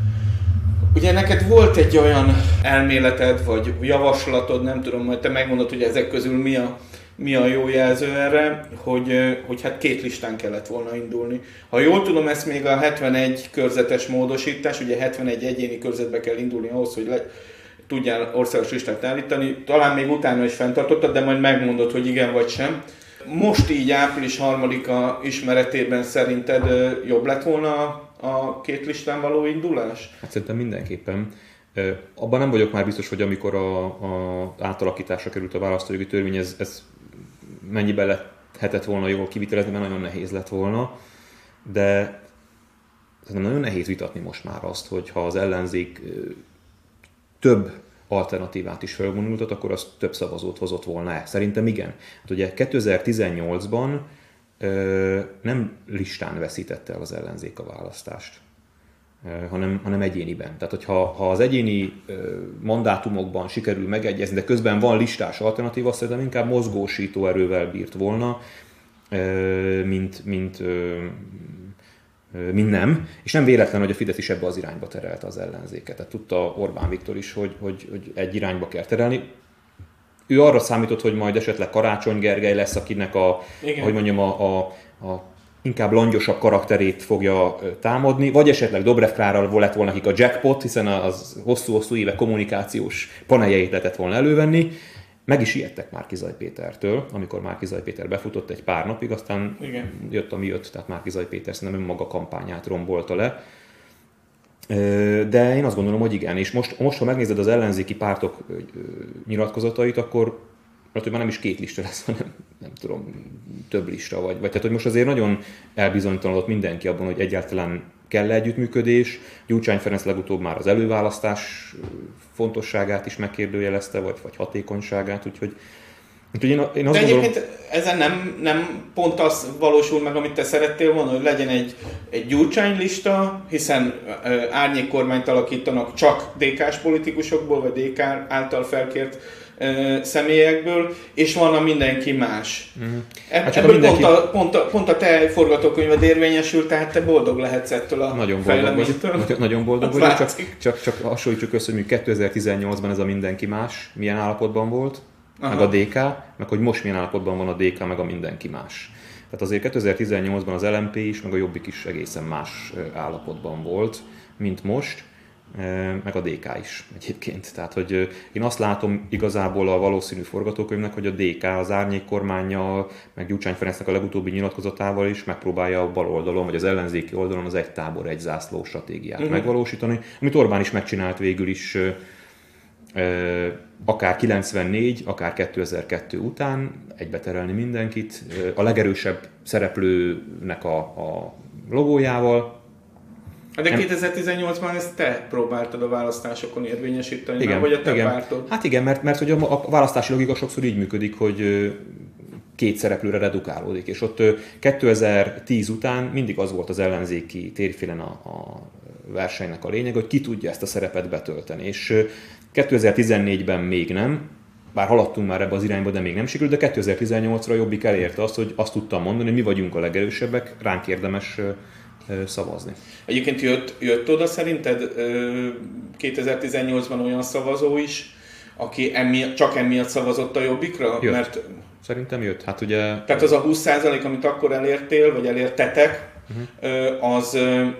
Ugye neked volt egy olyan elméleted, vagy javaslatod, nem tudom, majd te megmondod, hogy ezek közül mi a mi a jó jelző erre, hogy, hogy hát két listán kellett volna indulni. Ha jól tudom, ez még a hetvenegy körzetes módosítás, ugye hetvenegy egyéni körzetbe kell indulni ahhoz, hogy le, tudjál országos listát állítani. Talán még utána is fenntartottad, de majd megmondod, hogy igen vagy sem. Most így április harmadika ismeretében szerinted jobb lett volna a két listán való indulás? Hát szerintem mindenképpen. Abban nem vagyok már biztos, hogy amikor a, a átalakításra került a választójogi törvény, ez, ez mennyiben lehetett volna jól kivitelezni, mert nagyon nehéz lett volna. De nagyon nehéz vitatni most már azt, hogy ha az ellenzék több alternatívát is felvonultat, akkor az több szavazót hozott volna-e? Szerintem igen. Hát ugye kétezer-tizennyolcban nem listán veszítette el az ellenzék a választást. hanem, hanem egyéniben. Tehát, hogyha ha az egyéni mandátumokban sikerül megegyezni, de közben van listás alternatíva, azt szerintem inkább mozgósító erővel bírt volna, mint, mint, mint nem. És nem véletlen, hogy a Fidesz is ebbe az irányba terelte az ellenzéket. Tehát tudta Orbán Viktor is, hogy, hogy, hogy egy irányba kell terelni. Ő arra számított, hogy majd esetleg Karácsony Gergely lesz, akinek a, hogy mondjam, a, a, a inkább langyosabb karakterét fogja támadni, vagy esetleg Dobrev Klára lett volna nekik a jackpot, hiszen az hosszú-hosszú éve kommunikációs paneljeit lehetett volna elővenni. Meg is ijedtek Márki-Zay Pétertől, amikor Márki-Zay Péter befutott egy pár napig, aztán igen. jött, ami jött, tehát Márki-Zay Péter szerintem önmaga kampányát rombolta le. De én azt gondolom, hogy igen, és most, most ha megnézed az ellenzéki pártok nyilatkozatait, akkor mert hogy már nem is két lista lesz, hanem nem tudom, több lista vagy. vagy tehát, hogy most azért nagyon elbizonytalanodott mindenki abban, hogy egyáltalán kell együttműködés. Gyurcsány Ferenc legutóbb már az előválasztás fontosságát is megkérdőjelezte, vagy, vagy hatékonyságát, úgyhogy, úgyhogy én, én azt De gondolom... egyébként ezen nem, nem pont az valósul meg, amit te szerettél volna, hogy legyen egy, egy Gyurcsány lista, hiszen árnyék kormányt alakítanak csak dé ká-s politikusokból, vagy dé ká által felkért személyekből, és van a mindenki más. Uh-huh. Ebb, hát ebből mindenki... pont, a, pont, a, pont a te forgatókönyved érvényesül, tehát te boldog lehetsz ettől a nagyon fejleménytől. Boldog nagyon boldog vagyok, csak, csak, csak hasonlítsuk össze, hogy kétezer-tizennyolcban ez a mindenki más milyen állapotban volt, aha, meg a dé ká, meg hogy most milyen állapotban van a dé ká, meg a mindenki más. Tehát azért kétezer-tizennyolcban az el em pé is, meg a Jobbik is egészen más állapotban volt, mint most, meg a dé ká is egyébként. Tehát, hogy én azt látom igazából a valószínű forgatókönyvnek, hogy a dé ká az árnyék kormánnyal, meg Gyurcsány Ferencnek a legutóbbi nyilatkozatával is megpróbálja a bal oldalon, vagy az ellenzéki oldalon az egy tábor, egy zászló stratégiát uh-huh. megvalósítani, amit Orbán is megcsinált végül is akár kilencvennégy, akár kétezer-kettő után, egybeterelni mindenkit, a legerősebb szereplőnek a, a logójával. De kétezer-tizennyolcban ezt te próbáltad a választásokon érvényesíteni, igen, vagy a te igen. pártod? Hát igen, mert, mert hogy a, a választási logika sokszor így működik, hogy két szereplőre redukálódik, és ott kétezer-tíz után mindig az volt az ellenzéki térfilen a, a versenynek a lényeg, hogy ki tudja ezt a szerepet betölteni, és kétezer-tizennégyben még nem, bár haladtunk már ebbe az irányba, de még nem sikerült, de kétezer-tizennyolcra Jobbik elérte azt, hogy azt tudtam mondani, hogy mi vagyunk a legerősebbek, ránk érdemes szavazni. Egyébként jött, jött oda szerinted kétezer-tizennyolcban olyan szavazó is, aki emiatt, csak emiatt szavazott a Jobbikra? Jött. Mert, Szerintem jött. Hát ugye... Tehát az a húsz százalék, amit akkor elértél, vagy elértetek, uh-huh. az,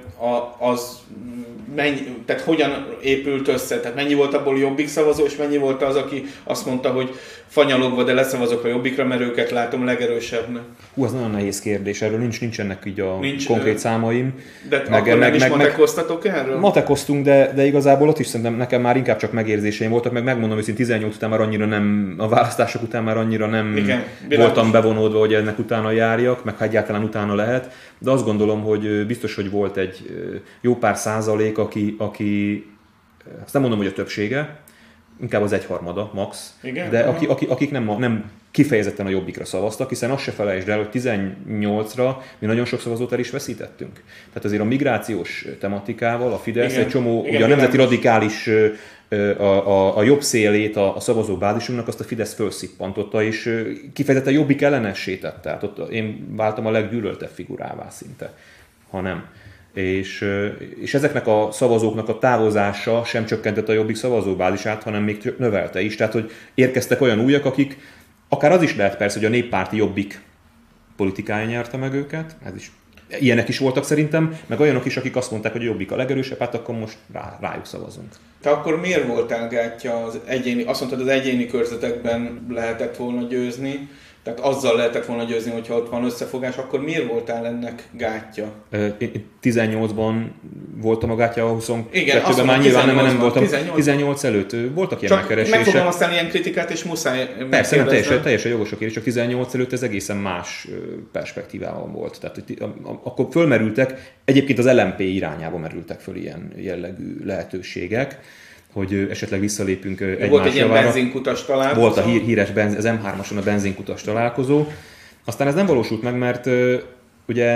az mennyi, tehát hogyan épült össze? Tehát mennyi volt abból Jobbik szavazó, és mennyi volt az, aki azt mondta, hogy fanyalogva, de leszavazok a Jobbikra, mert őket látom legerősebbnek? Hú, az nagyon nehéz kérdés, erről nincs, nincsenek így a nincs, konkrét számaim. De meg, akkor meg, nem is meg, matekoztatok erről? Matekoztunk, de, de igazából ott is szerintem nekem már inkább csak megérzéseim voltak, meg megmondom, hogy tizennyolc után már annyira nem, a választások után már annyira nem igen, voltam bevonódva, hogy ennek utána járjak, meg ha egyáltalán utána lehet. De azt gondolom, hogy biztos, hogy volt egy jó pár százalék, aki, aki azt nem mondom, hogy a többsége, inkább az egyharmada, max, igen, de aki, aki, akik nem, nem kifejezetten a Jobbikra szavaztak, hiszen azt se felejtsd el, hogy tizennyolcra mi nagyon sok szavazót el is veszítettünk. Tehát azért a migrációs tematikával a Fidesz igen, egy csomó, igen, ugye a nemzeti radikális a, a, a jobb szélét a, a szavazóbázisunknak azt a Fidesz felszippantotta, és kifejezetten Jobbik ellenessé tette. Tehát ott én váltam a leggyűlöltebb figurává szinte, ha nem. És, és ezeknek a szavazóknak a távozása sem csökkentette a Jobbik szavazóbázisát, hanem még növelte is. Tehát, hogy érkeztek olyan újak, akik, akár az is lehet persze, hogy a néppárti Jobbik politikája nyerte meg őket, ez is, ilyenek is voltak szerintem, meg olyanok is, akik azt mondták, hogy a Jobbik a legerősebb, hát akkor most rá, rájuk szavazunk. Te akkor miért voltál gátja az egyéni, azt mondtad, az egyéni körzetekben lehetett volna győzni, tehát azzal lehetett volna győzni, hogyha ott van összefogás, akkor miért voltál ennek gátja? Én tizennyolcban voltam a gátja, a huszonkettőben már nyilván nem, nem voltam. tizennyolc, tizennyolc előtt voltak ilyen megkeresések. Csak megfogom aztán ilyen kritikát, és muszáj persze, nem, teljesen, teljesen jogos a kérdés, csak tizennyolc előtt ez egészen más perspektívában volt. Tehát akkor fölmerültek, egyébként az el em pé irányába merültek föl ilyen jellegű lehetőségek, hogy esetleg visszalépünk egymás javára. Volt egy ilyen benzinkutas találkozó. Volt a hír, híres benz, az em hármason a benzinkutas találkozó. Aztán ez nem valósult meg, mert ugye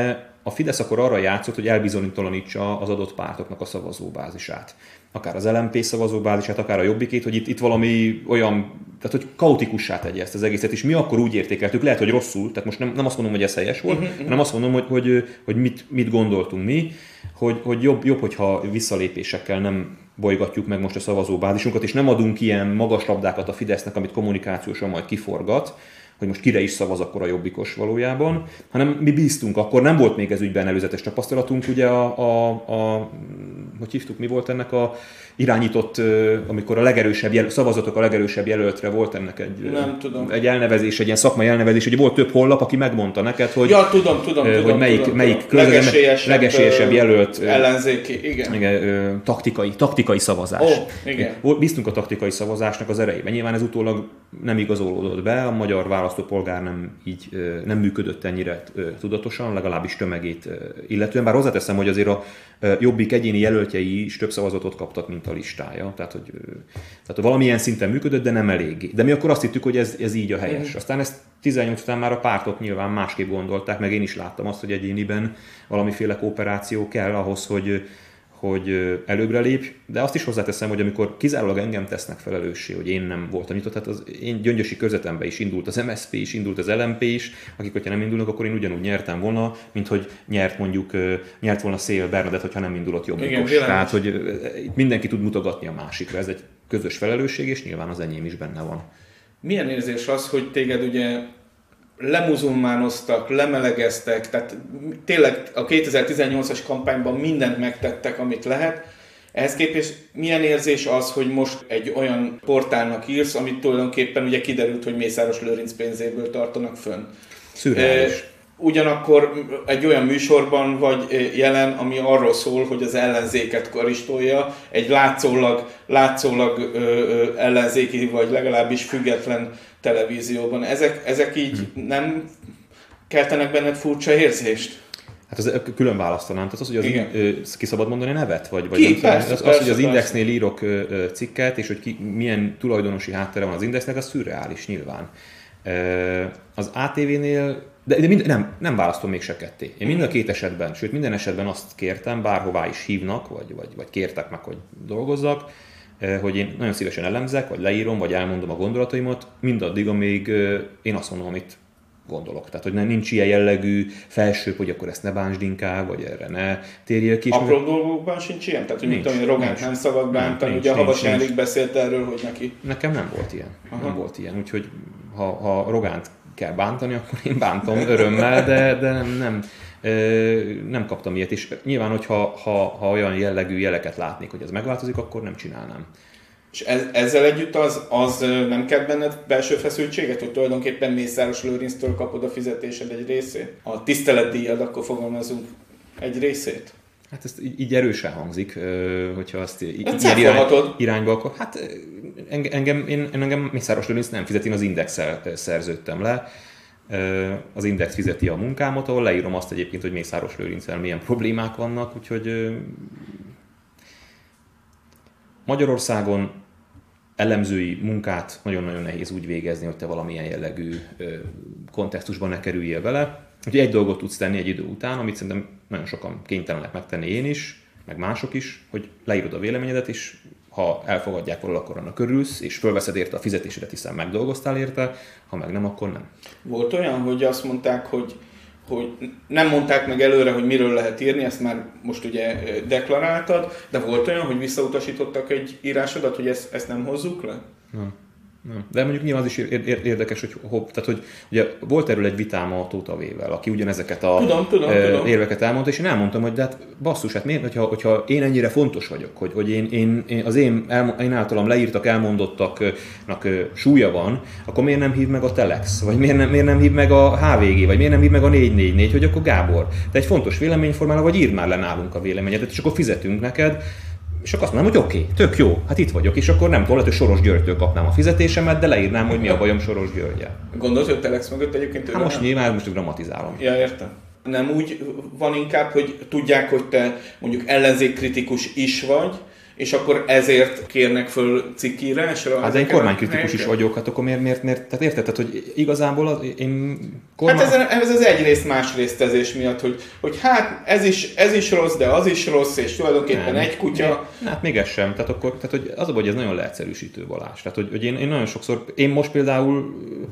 a Fidesz akkor arra játszott, hogy elbizonytalanítsa az adott pártoknak a szavazóbázisát. Akár az el em pé szavazóbázisát, akár a Jobbikét, hogy itt, itt valami olyan, tehát hogy kaotikussá tegye ezt az egészet, és mi akkor úgy értékeltük, lehet, hogy rosszul, tehát most nem, nem azt mondom, hogy ez helyes volt, uh-huh. hanem azt mondom, hogy, hogy, hogy mit, mit gondoltunk mi, hogy, hogy jobb, jobb, hogyha visszalépésekkel nem bolygatjuk meg most a szavazóbázisunkat, és nem adunk ilyen magas labdákat a Fidesznek, amit kommunikációsan majd kiforgat, hogy most kire is szavaz akkor a jobbikos valójában, hanem mi bíztunk, akkor nem volt még ez ügyben előzetes tapasztalatunk, ugye a, a, a hogy hívtuk, mi volt ennek a irányított, amikor a legerősebb jel, szavazatok a legerősebb jelöltre volt ennek egy, nem tudom. egy elnevezés, egy ilyen szakmai elnevezés, hogy volt több honlap, aki megmondta neked, hogy, ja, tudom, tudom, hogy tudom, melyik, tudom, melyik tudom. Legesélyesebb, legesélyesebb jelölt ellenzéki, igen. igen taktikai, taktikai szavazás. Oh, igen. Bíztunk a taktikai szavazásnak az erejében. Nyilván ez utólag nem igazolódott be, a magyar választópolgár nem így nem működött ennyire tudatosan, legalábbis tömegét illetően. Bár hozzáteszem, hogy azért a Jobbik egyéni jelöltjei is több szavazatot kaptak, mint a listája. Tehát, hogy, tehát valamilyen szinten működött, de nem eléggé. De mi akkor azt hittük, hogy ez, ez így a helyes. Aztán ezt tizennyolc után már a pártok nyilván másképp gondolták, meg én is láttam azt, hogy egyéniben valamiféle kooperáció kell ahhoz, hogy hogy előbbre lépj, de azt is hozzáteszem, hogy amikor kizárólag engem tesznek felelőssé, hogy én nem voltam nyitott, tehát az én gyöngyösi körzetemben is indult az em es zé pé is, indult az el em pé is, akik, hogyha nem indulnak, akkor én ugyanúgy nyertem volna, mint hogy nyert mondjuk, nyert volna Szél Bernadett, hogyha nem indulott jobbikos. Tehát, hogy itt mindenki tud mutogatni a másikra, ez egy közös felelősség, és nyilván az enyém is benne van. Milyen érzés az, hogy téged ugye lemuzulmánoztak, lemelegeztek, tehát tényleg a kétezer-tizennyolcas kampányban mindent megtettek, amit lehet. Ehhez képest milyen érzés az, hogy most egy olyan portálnak írsz, amit tulajdonképpen ugye kiderült, hogy Mészáros Lőrinc pénzéből tartanak fönn. Szürreális. Ugyanakkor egy olyan műsorban vagy jelen, ami arról szól, hogy az ellenzéket karistolja, egy látszólag, látszólag ö, ö, ellenzéki, vagy legalábbis független televízióban. Ezek, ezek így hmm. nem keltenek benned furcsa érzést? Hát az külön választanám. Tehát az, hogy az in, ki szabad mondani nevet? Vagy, vagy ki? nem, Persze, az, persze, az, hogy az Indexnél persze. írok cikket, és hogy ki, milyen tulajdonosi háttere van az Indexnek, az szürreális nyilván. Az á té vénél, de, de mind, nem, nem választom még se ketté. Én mind a két esetben, sőt minden esetben azt kértem, bárhová is hívnak, vagy, vagy, vagy kértek meg, hogy dolgozzak, hogy én nagyon szívesen elemzek, vagy leírom, vagy elmondom a gondolataimat, mindaddig, amíg én azt mondom, amit gondolok. Tehát, hogy nincs ilyen jellegű felsőbb, hogy akkor ezt ne bánsd inkább, vagy erre ne térjél ki. Apró dolgokban sincs ilyen? Tehát, hogy nincs, mit tudom, Rogánt nem szabad bántani, ugye a Havas Henrik beszélt erről, hogy neki... Nekem nem volt ilyen. Aha. Nem volt ilyen. Úgyhogy ha, ha Rogánt kell bántani, akkor én bántom örömmel, de, de nem, nem, nem kaptam ilyet. És nyilván, hogyha ha, ha olyan jellegű jeleket látnék, hogy ez megváltozik, akkor nem csinálnám. És ez, ezzel együtt az, az nem kelt benned belső feszültséget, hogy tulajdonképpen Mészáros Lőrinctől kapod a fizetésed egy részét? A tiszteletdíjad, akkor fogalmazunk, egy részét? Hát ez így, így erősen hangzik, hogyha azt így, ilyen irány, irányba akkor. Hát engem, én, engem Mészáros Lőrinc nem fizet, én az Indexsel szerződtem le. Az Index fizeti a munkámat, ahol leírom azt egyébként, hogy Mészáros Lőrinccel milyen problémák vannak, úgyhogy Magyarországon elemzői munkát nagyon-nagyon nehéz úgy végezni, hogy te valamilyen jellegű kontextusban ne kerüljél vele. Úgyhogy egy dolgot tudsz tenni egy idő után, amit szerintem nagyon sokan kénytelenek megtenni, én is, meg mások is, hogy leírod a véleményedet, és ha elfogadják valahol, akkor annak örülsz, és fölveszed érte a fizetésedet, hiszen megdolgoztál érte, ha meg nem, akkor nem. Volt olyan, hogy azt mondták, hogy hogy nem mondták meg előre, hogy miről lehet írni, ezt már most ugye deklaráltad, de volt olyan, hogy visszautasítottak egy írásodat, hogy ezt, ezt nem hozzuk le? Nem. Nem. De mondjuk nyilván az is érdekes, hogy, tehát, hogy ugye volt erről egy vitám a Tóth Avével, aki ugyanezeket a tudom, tudom, tudom. érveket elmondta, és én elmondtam, hogy de hát basszus, hát miért, hogyha, hogyha én ennyire fontos vagyok, hogy, hogy én, én, én, az én, el, én általam leírtak, elmondottaknak súlya van, akkor miért nem hív meg a Telex, vagy miért nem, miért nem hív meg a há vé gé, vagy miért nem hív meg a négy négy négy, hogy akkor Gábor, te egy fontos véleményformáló, vagy írd már le nálunk a véleményedet, és akkor fizetünk neked. És akkor azt mondom, hogy oké, okay, tök jó, hát itt vagyok, és akkor nem tudom, hogy Soros Györgytől kapnám a fizetésemet, de leírnám, hogy mi a bajom Soros Györggyel. Gondolod, hogy Telex mögött egyébként? Hát most nem? Nyilván most dramatizálom. Ja, értem. Nem úgy van inkább, hogy tudják, hogy te mondjuk ellenzékkritikus is vagy, és akkor ezért kérnek föl cikkírásra? Hát de én kormánykritikus is vagyok, hát akkor miért, miért, miért? Tehát érted, tehát, hogy igazából az, én kormány... Hát ez, ez az egyrészt másrésztezés miatt, hogy, hogy hát ez is, ez is rossz, de az is rossz, és tulajdonképpen nem. Egy kutya... Nem, hát még ez sem. Tehát, akkor, tehát hogy az a baj, hogy ez nagyon leegyszerűsítő, Balázs. Tehát, hogy, hogy én, én nagyon sokszor, én most például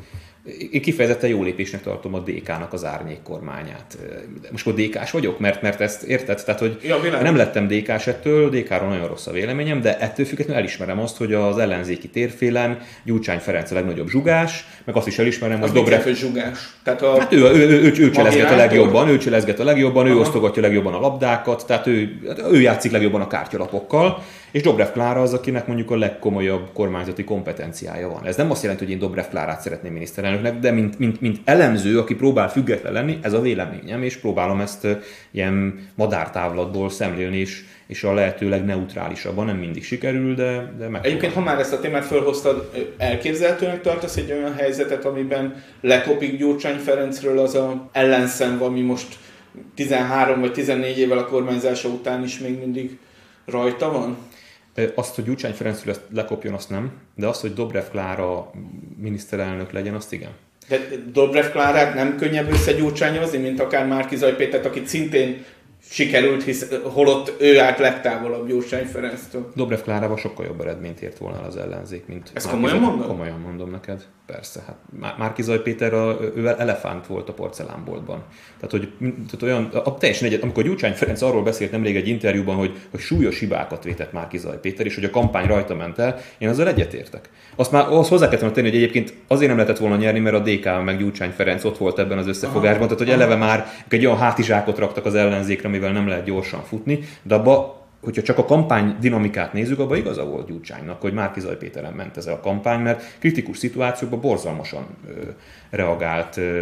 én kifejezetten jó lépésnek tartom a dé ká-nak az árnyék kormányát. Most akkor dé ká-s vagyok, mert, mert ezt érted? Tehát, hogy ja, nem lettem dé ká-s ettől, dé ká-ról nagyon rossz a véleményem, de ettől függetlenül elismerem azt, hogy az ellenzéki térfélen Gyurcsány Ferenc a legnagyobb zsugás, meg azt is elismerem, az hogy Dobrev... zsugás? Tehát a... Hát ő, ő, ő, ő, ő cselezget a legjobban, ő cselezget a legjobban, ő osztogatja legjobban a labdákat, tehát ő, ő játszik legjobban a kártyalapokkal, és Dobrev Klára az, akinek mondjuk a legkomolyabb kormányzati kompetenciája van. Ez nem azt jelenti, hogy én Dobrev Klárát szeretném miniszterelnöknek, de mint, mint, mint elemző, aki próbál független lenni, ez a véleményem, és próbálom ezt ilyen madártávlatból szemlélni, és, és a lehető legneutrálisabban, nem mindig sikerül, de, de megpróbálom. Egyébként, ha már ezt a témát felhoztad, elképzelhetőnek tartasz egy olyan helyzetet, amiben lekopik Gyurcsány Ferencről az a ellenszem, ami most tizenhárom vagy tizennégy évvel a kormányzása után is még mindig rajta van? Azt, hogy Gyurcsány Ferencről ezt lekopjon, azt nem, de azt, hogy Dobrev Klára miniszterelnök legyen, azt igen. De Dobrev Klárát nem könnyebb összegyurcsányozni, mint akár Márki-Zay Pétert, akit szintén sikerült, hisz, holott ő állt legtávolabb Gyurcsány Ferenctől. Dobrev Klárával sokkal jobb eredményt ért volna az ellenzék, mint Ezt komolyan mondom? Komolyan mondom neked, persze. Hát Márki-Zay Péter, a, ő elefánt volt a porcelánboltban. Tehát, hogy tehát olyan, a teljesen egyet, amikor Gyurcsány Ferenc arról beszélt nemrég egy interjúban, hogy, hogy súlyos hibákat vétett Márki-Zay Péter, és hogy a kampány rajta ment el, én azzal egyetértek. Azt már ahhoz hozzá kellett tenni, hogy egyébként azért nem lehetett volna nyerni, mert a dé ká meg Gyurcsány Ferenc ott volt ebben az összefogásban, aha, tehát hogy eleve már egy olyan hátizsákot raktak az ellenzékre, amivel nem lehet gyorsan futni, de abba, hogyha csak a kampány dinamikát nézzük, abban igaza volt Gyurcsánynak, hogy Márki-Zay Péteren ment ez a kampány, mert kritikus szituációkban borzalmasan ö, reagált, ö,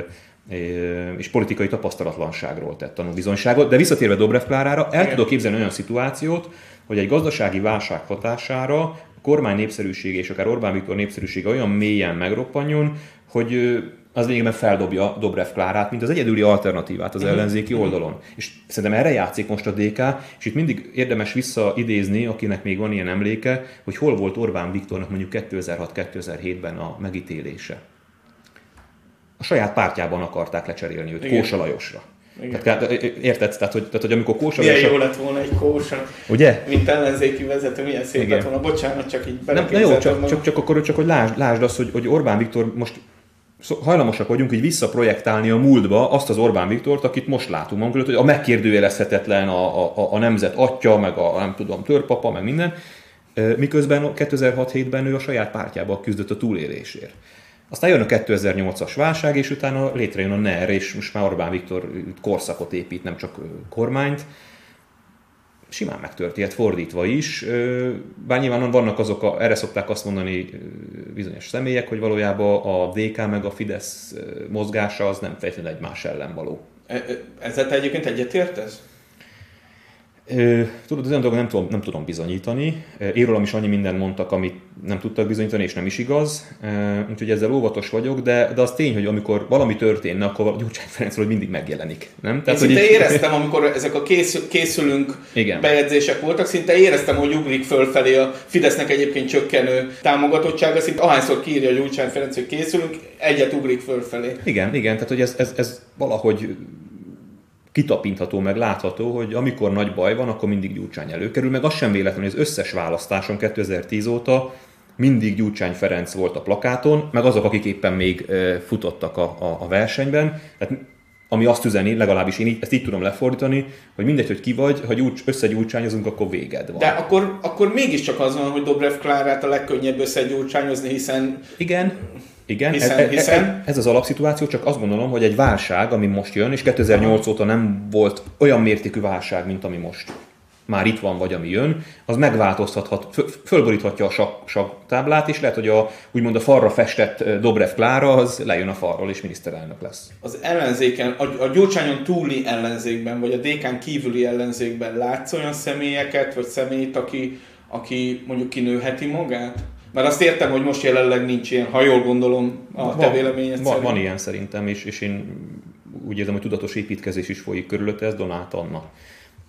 és politikai tapasztalatlanságról tett tanúbizonyságot. De visszatérve Dobrev Klárára, el tudok képzelni olyan szituációt, hogy egy gazdasági válság hatására a kormány népszerűsége és akár Orbán Viktor népszerűsége olyan mélyen megroppanjon, hogy az lényegében feldobja Dobrev Klárát, mint az egyedüli alternatívát az ellenzéki oldalon. És szerintem erre játszik most a dé ká, és itt mindig érdemes visszaidézni, akinek még van ilyen emléke, hogy hol volt Orbán Viktornak mondjuk kétezer-hat kétezer-hétben a megítélése. A saját pártjában akarták lecserélni őt, igen. Kósa Lajosra. Tehát, érted? Tehát hogy, tehát, hogy amikor Kósa Lajos... Lajos... Milyen jó lett volna egy Kósa, ugye? Mint ellenzéki vezető, milyen szép lett volna. Bocsánat, csak így beleképzeltem. Jó, csak, csak, csak akkor csak hogy lásd, lásd azt, hogy, hogy Orbán Viktor most hajlamosak vagyunk így visszaprojektálni a múltba azt az Orbán Viktort, akit most látunk magunk, hogy a megkérdőjelezhetetlen, a, a, a nemzet atya, meg a nem tudom, törpapa, meg minden, miközben kétezer-hat-hétben ő a saját pártjában küzdött a túlélésért. Aztán jön a kétezer-nyolcas válság, és utána létrejön a NER, és most már Orbán Viktor korszakot épít, nem csak kormányt. Simán megtörténhet fordítva is, bár nyilván vannak azok, a, erre szokták azt mondani bizonyos személyek, hogy valójában a dé ká meg a Fidesz mozgása az nem feltétlenül egymás ellen való. Ezzel te egyébként egyetértesz? Tudod, az olyan dolgot nem tudom, nem tudom bizonyítani. Én rólam is annyi mindent mondtak, amit nem tudtak bizonyítani, és nem is igaz. Úgyhogy ezzel óvatos vagyok, de, de az tény, hogy amikor valami történne, akkor Gyurcsány Ferencről mindig megjelenik. Nem? Tehát, Én szinte így... éreztem, amikor ezek a készül, készülünk igen. bejegyzések voltak, szinte éreztem, hogy ugrik fölfelé a Fidesznek egyébként csökkenő támogatottsága, szinte ahányszor kiírja Gyurcsány Ferenc, hogy készülünk, egyet ugrik fölfelé. Igen, igen, tehát hogy ez, ez, ez valahogy kitapintható, meg látható, hogy amikor nagy baj van, akkor mindig Gyurcsány előkerül, meg az sem véletlen, hogy az összes választáson kétezer-tíz óta mindig Gyurcsány Ferenc volt a plakáton, meg azok, akik éppen még futottak a, a, a versenyben. Tehát, ami azt üzeni, legalábbis én így, ezt így tudom lefordítani, hogy mindegy, hogy ki vagy, ha gyurcs, összegyurcsányozunk, akkor véged van. De akkor, akkor mégiscsak az van, hogy Dobrev Klárát a legkönnyebb összegyurcsányozni, hiszen... Igen. Igen, hiszen, ez, hiszen... ez az alapszituáció, csak azt gondolom, hogy egy válság, ami most jön, és kétezer-nyolc óta nem volt olyan mértékű válság, mint ami most már itt van, vagy ami jön, az megváltoztathat, fölboríthatja a sak, saktáblát, és lehet, hogy a, úgymond a falra festett Dobrev Klára, az lejön a falról, és miniszterelnök lesz. Az ellenzéken, a, a Gyurcsányon túli ellenzékben, vagy a dé kán kívüli ellenzékben látsz olyan személyeket, vagy személyt, aki, aki mondjuk kinőheti magát? Mert azt értem, hogy most jelenleg nincs ilyen, ha jól gondolom a te véleményed van, van ilyen szerintem, és, és én úgy érzem, hogy tudatos építkezés is folyik körülötte, ez Donát Anna.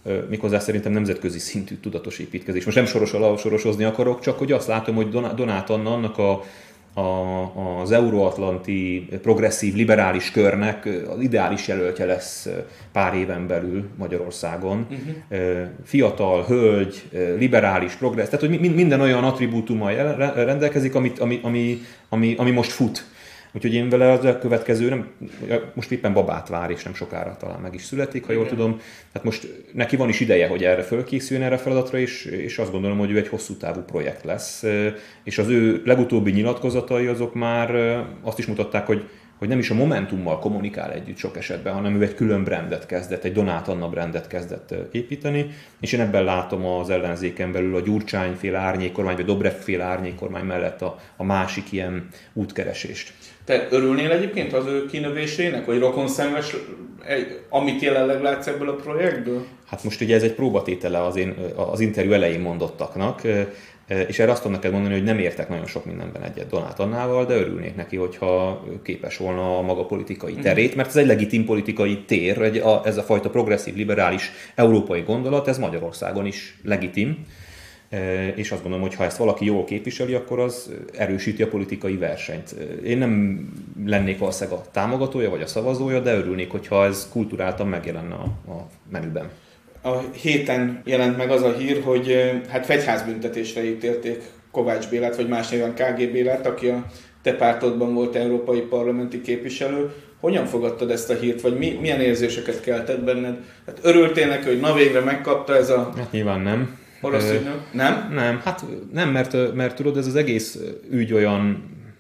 méghozzá szerintem nemzetközi szintű tudatos építkezés. Most nem soros alá sorosozni akarok, csak hogy azt látom, hogy Donát Anna annak a, a, az euróatlanti progresszív liberális körnek az ideális jelöltje lesz pár éven belül Magyarországon. Uh-huh. Fiatal, hölgy, liberális, progressz, tehát hogy minden olyan attribútummal rendelkezik, amit, ami, ami, ami, ami most fut. Úgyhogy én vele az a következő, nem, most éppen babát vár, és nem sokára talán meg is születik, ha jól Igen. tudom. Tehát most neki van is ideje, hogy erre fölkészüljön erre a feladatra, és, és azt gondolom, hogy ő egy hosszú távú projekt lesz. És az ő legutóbbi nyilatkozatai azok már azt is mutatták, hogy, hogy nem is a Momentummal kommunikál együtt sok esetben, hanem ő egy külön brandet kezdett, egy Donát Anna brandet kezdett építeni, és én ebben látom az ellenzéken belül a Gyurcsány-féle árnyékkormány, vagy Dobrev-féle árnyékkormány mellett a, a másik ilyen útkeresést. Te örülnél egyébként az ő kinövésének, vagy rokonszenves, amit jelenleg látsz ebből a projektből? Hát most ugye ez egy próbatétele az, én, az interjú elején mondottaknak, és erre azt tudom neked mondani, hogy nem értek nagyon sok mindenben egyet Donát Annával, de örülnék neki, hogyha képes volna a maga politikai terét, mert ez egy legitim politikai tér, ez a fajta progresszív, liberális európai gondolat, ez Magyarországon is legitim. És azt gondolom, hogy ha ezt valaki jól képviseli, akkor az erősíti a politikai versenyt. Én nem lennék valószínűleg a támogatója vagy a szavazója, de örülnék, hogyha ez kulturáltan megjelenne a, a menüben. A héten jelent meg az a hír, hogy hát fegyházbüntetésre ítélték Kovács Bélát, vagy más néven ká gé Bélát, aki a te pártodban volt európai parlamenti képviselő. Hogyan fogadtad ezt a hírt, vagy mi, milyen érzéseket keltett benned? Hát örültél neki, hogy na végre megkapta ez a... Hát nyilván nem. Orosz ügynök? Nem? Nem, hát nem, mert, mert tudod, ez az egész ügy olyan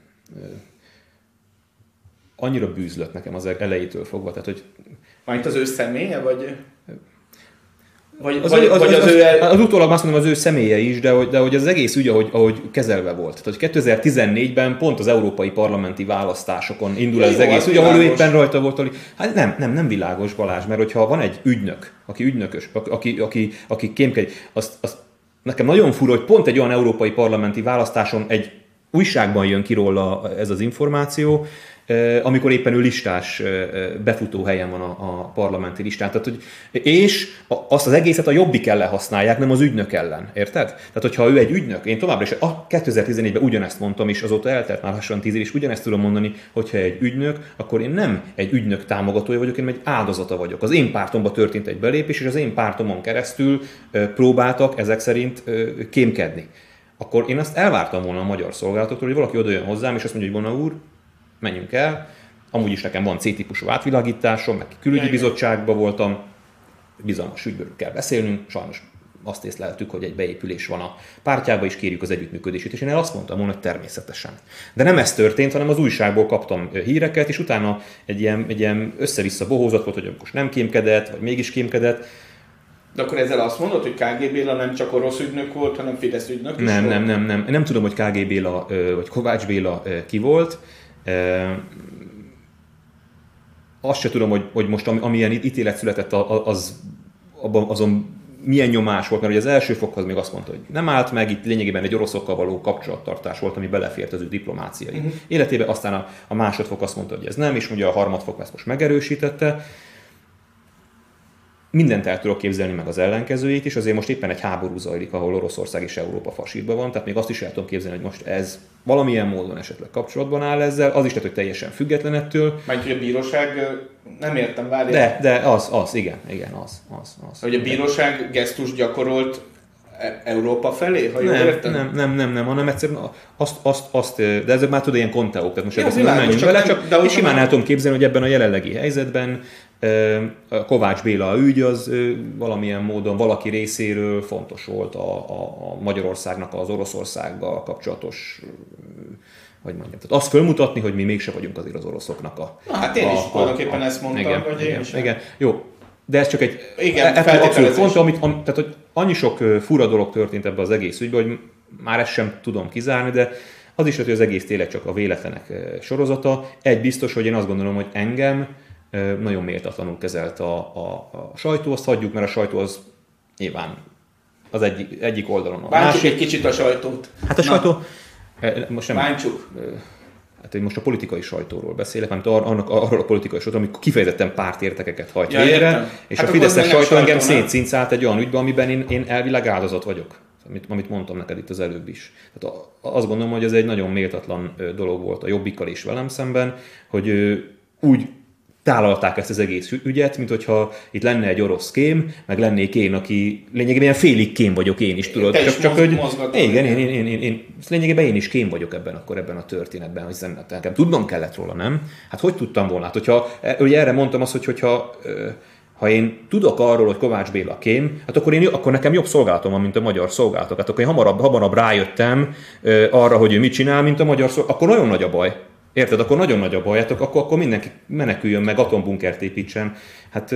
annyira bűzlött nekem az elejétől fogva, tehát hogy... Majd az ő személye, vagy... Vagy az, vagy, az, vagy az, az, az, el... az utólag azt mondom, az ő személye is, de hogy, de hogy az egész ügy, ahogy, ahogy kezelve volt. Tehát, hogy kétezer-tizennégyben pont az európai parlamenti választásokon indul ez az egész ügy, ahol ő éppen rajta volt. Hogy, hát nem, nem, nem világos, Balázs, mert hogyha van egy ügynök, aki ügynökös, aki, aki, aki kémkedik, azt, azt nekem nagyon fura, hogy pont egy olyan európai parlamenti választáson egy újságban jön ki róla ez az információ, amikor éppen ő listás befutó helyen van a, a parlamenti listán. Tehát, hogy, és azt az egészet a Jobbik ellen használják, nem az ügynök ellen. Érted? Tehát, hogyha ő egy ügynök, én továbbra is a kétezer-tizennégyben ugyanezt mondtam, és azóta eltelt már lassan tíz év, és ugyanezt tudom mondani, hogyha egy ügynök, akkor én nem egy ügynök támogatója vagyok, én egy áldozata vagyok. Az én pártomba történt egy belépés, és az én pártomon keresztül próbáltak ezek szerint kémkedni. Akkor én azt elvártam volna a magyar szolgáltatótól, hogy valaki oda jön hozzám, és azt mondja, hogy Bona úr, menjünk el, amúgy is nekem van C-típusú átvilágításom, meg külügyi bizottságban voltam, bizalmas ügyből kell beszélnünk, sajnos azt észleltük, hogy egy beépülés van a pártjába, és kérjük az együttműködését, és én azt mondtam volna, hogy természetesen. De nem ez történt, hanem az újságból kaptam híreket, és utána egy ilyen, egy ilyen össze-vissza bohózat volt, hogy most nem kémkedett, vagy mégis kémkedett. De akkor ezzel azt mondod, hogy ká gé Béla nem csak orosz ügynök volt, hanem Fidesz ügynök is nem, volt? Nem, nem, nem. Nem tudom, hogy ká gé Béla vagy Kovács Béla ki volt. Azt se tudom, hogy, hogy most amilyen ítélet született, az, azon milyen nyomás volt, mert ugye az első fokhoz még azt mondta, hogy nem állt meg, itt lényegében egy oroszokkal való kapcsolattartás volt, ami belefért az ő diplomáciai uh-huh. életébe, aztán a, a másodfok azt mondta, hogy ez nem, és ugye a harmadfok ezt most megerősítette. Mindent el tudok képzelni, meg az ellenkezőjét is, azért most éppen egy háború zajlik, ahol Oroszország és Európa fasírban van, tehát még azt is el tudom képzelni, hogy most ez valamilyen módon esetleg kapcsolatban áll ezzel, az is lehet, hogy teljesen független ettől. Mert hogy a bíróság, nem értem, várjál. De, de az, az, igen, igen, az, az, az. Hogy a bíróság gesztus gyakorolt Európa felé, ha jól értem? Nem, nem, nem, nem, hanem egyszerűen azt, azt, azt, de ezek már tudod ilyen konteók, tehát most ebben nem menjünk bele, csak de és simán el tudom képzelni, hogy ebben a jelenlegi helyzetben Kovács Béla ügy az valamilyen módon valaki részéről fontos volt a, a, a Magyarországnak az Oroszországgal kapcsolatos, hogy mondjam, tehát azt fölmutatni, hogy mi mégse vagyunk azért az oroszoknak a... Na, hát én is tulajdonképpen ezt mondtam, igen, hogy igen, én is. Igen, jó. De ez csak egy igen, abszolút font, amit, am, tehát hogy annyi sok fura dolog történt ebben az egész ügyben, hogy már ezt sem tudom kizárni, de az is lehet, hogy az egész tényleg csak a véletlenek sorozata. Egy biztos, hogy én azt gondolom, hogy engem nagyon méltatlanul kezelt a, a, a sajtó, azt hagyjuk, mert a sajtó az nyilván az egyik, egyik oldalon. A Bántsuk másik. Egy kicsit a sajtót. Hát a Na. sajtó... Most nem... Bántsuk. hát én most a politikai sajtóról beszélek, hanem annak, arról a politikai sajtóról, amikor kifejezetten pártértekeket hajt ja, végre, és hát a Fideszes sajtó engem szétszincált egy olyan ügyben, amiben én, én elvileg áldozat vagyok. Amit, amit mondtam neked itt az előbb is. Tehát azt gondolom, hogy ez egy nagyon méltatlan dolog volt a Jobbikkal és velem szemben, hogy úgy tálalták ezt az egész ügyet, mint hogyha itt lenne egy orosz kém, meg lennék én, aki lényegében ilyen félig kém vagyok én is, tudod. Te csak, is csak moz, hogy igen, én, én, én, én, én, lényegében én is kém vagyok ebben akkor ebben a történetben, hogy nekem tudnom kellett róla, nem? Hát hogy tudtam volna? Hát, hogyha, ugye erre mondtam azt, hogy hogyha ha én tudok arról, hogy Kovács Béla kém, hát akkor, én, akkor nekem jobb szolgálatom van, mint a magyar szolgálatok. Hát akkor én hamarabb, hamarabb rájöttem arra, hogy ő mit csinál, mint a magyar szolgálatok. Akkor nagyon nagy a baj. Érted? Akkor nagyon nagy a baj. Hát akkor, akkor mindenki meneküljön meg, atombunkert építsen. Hát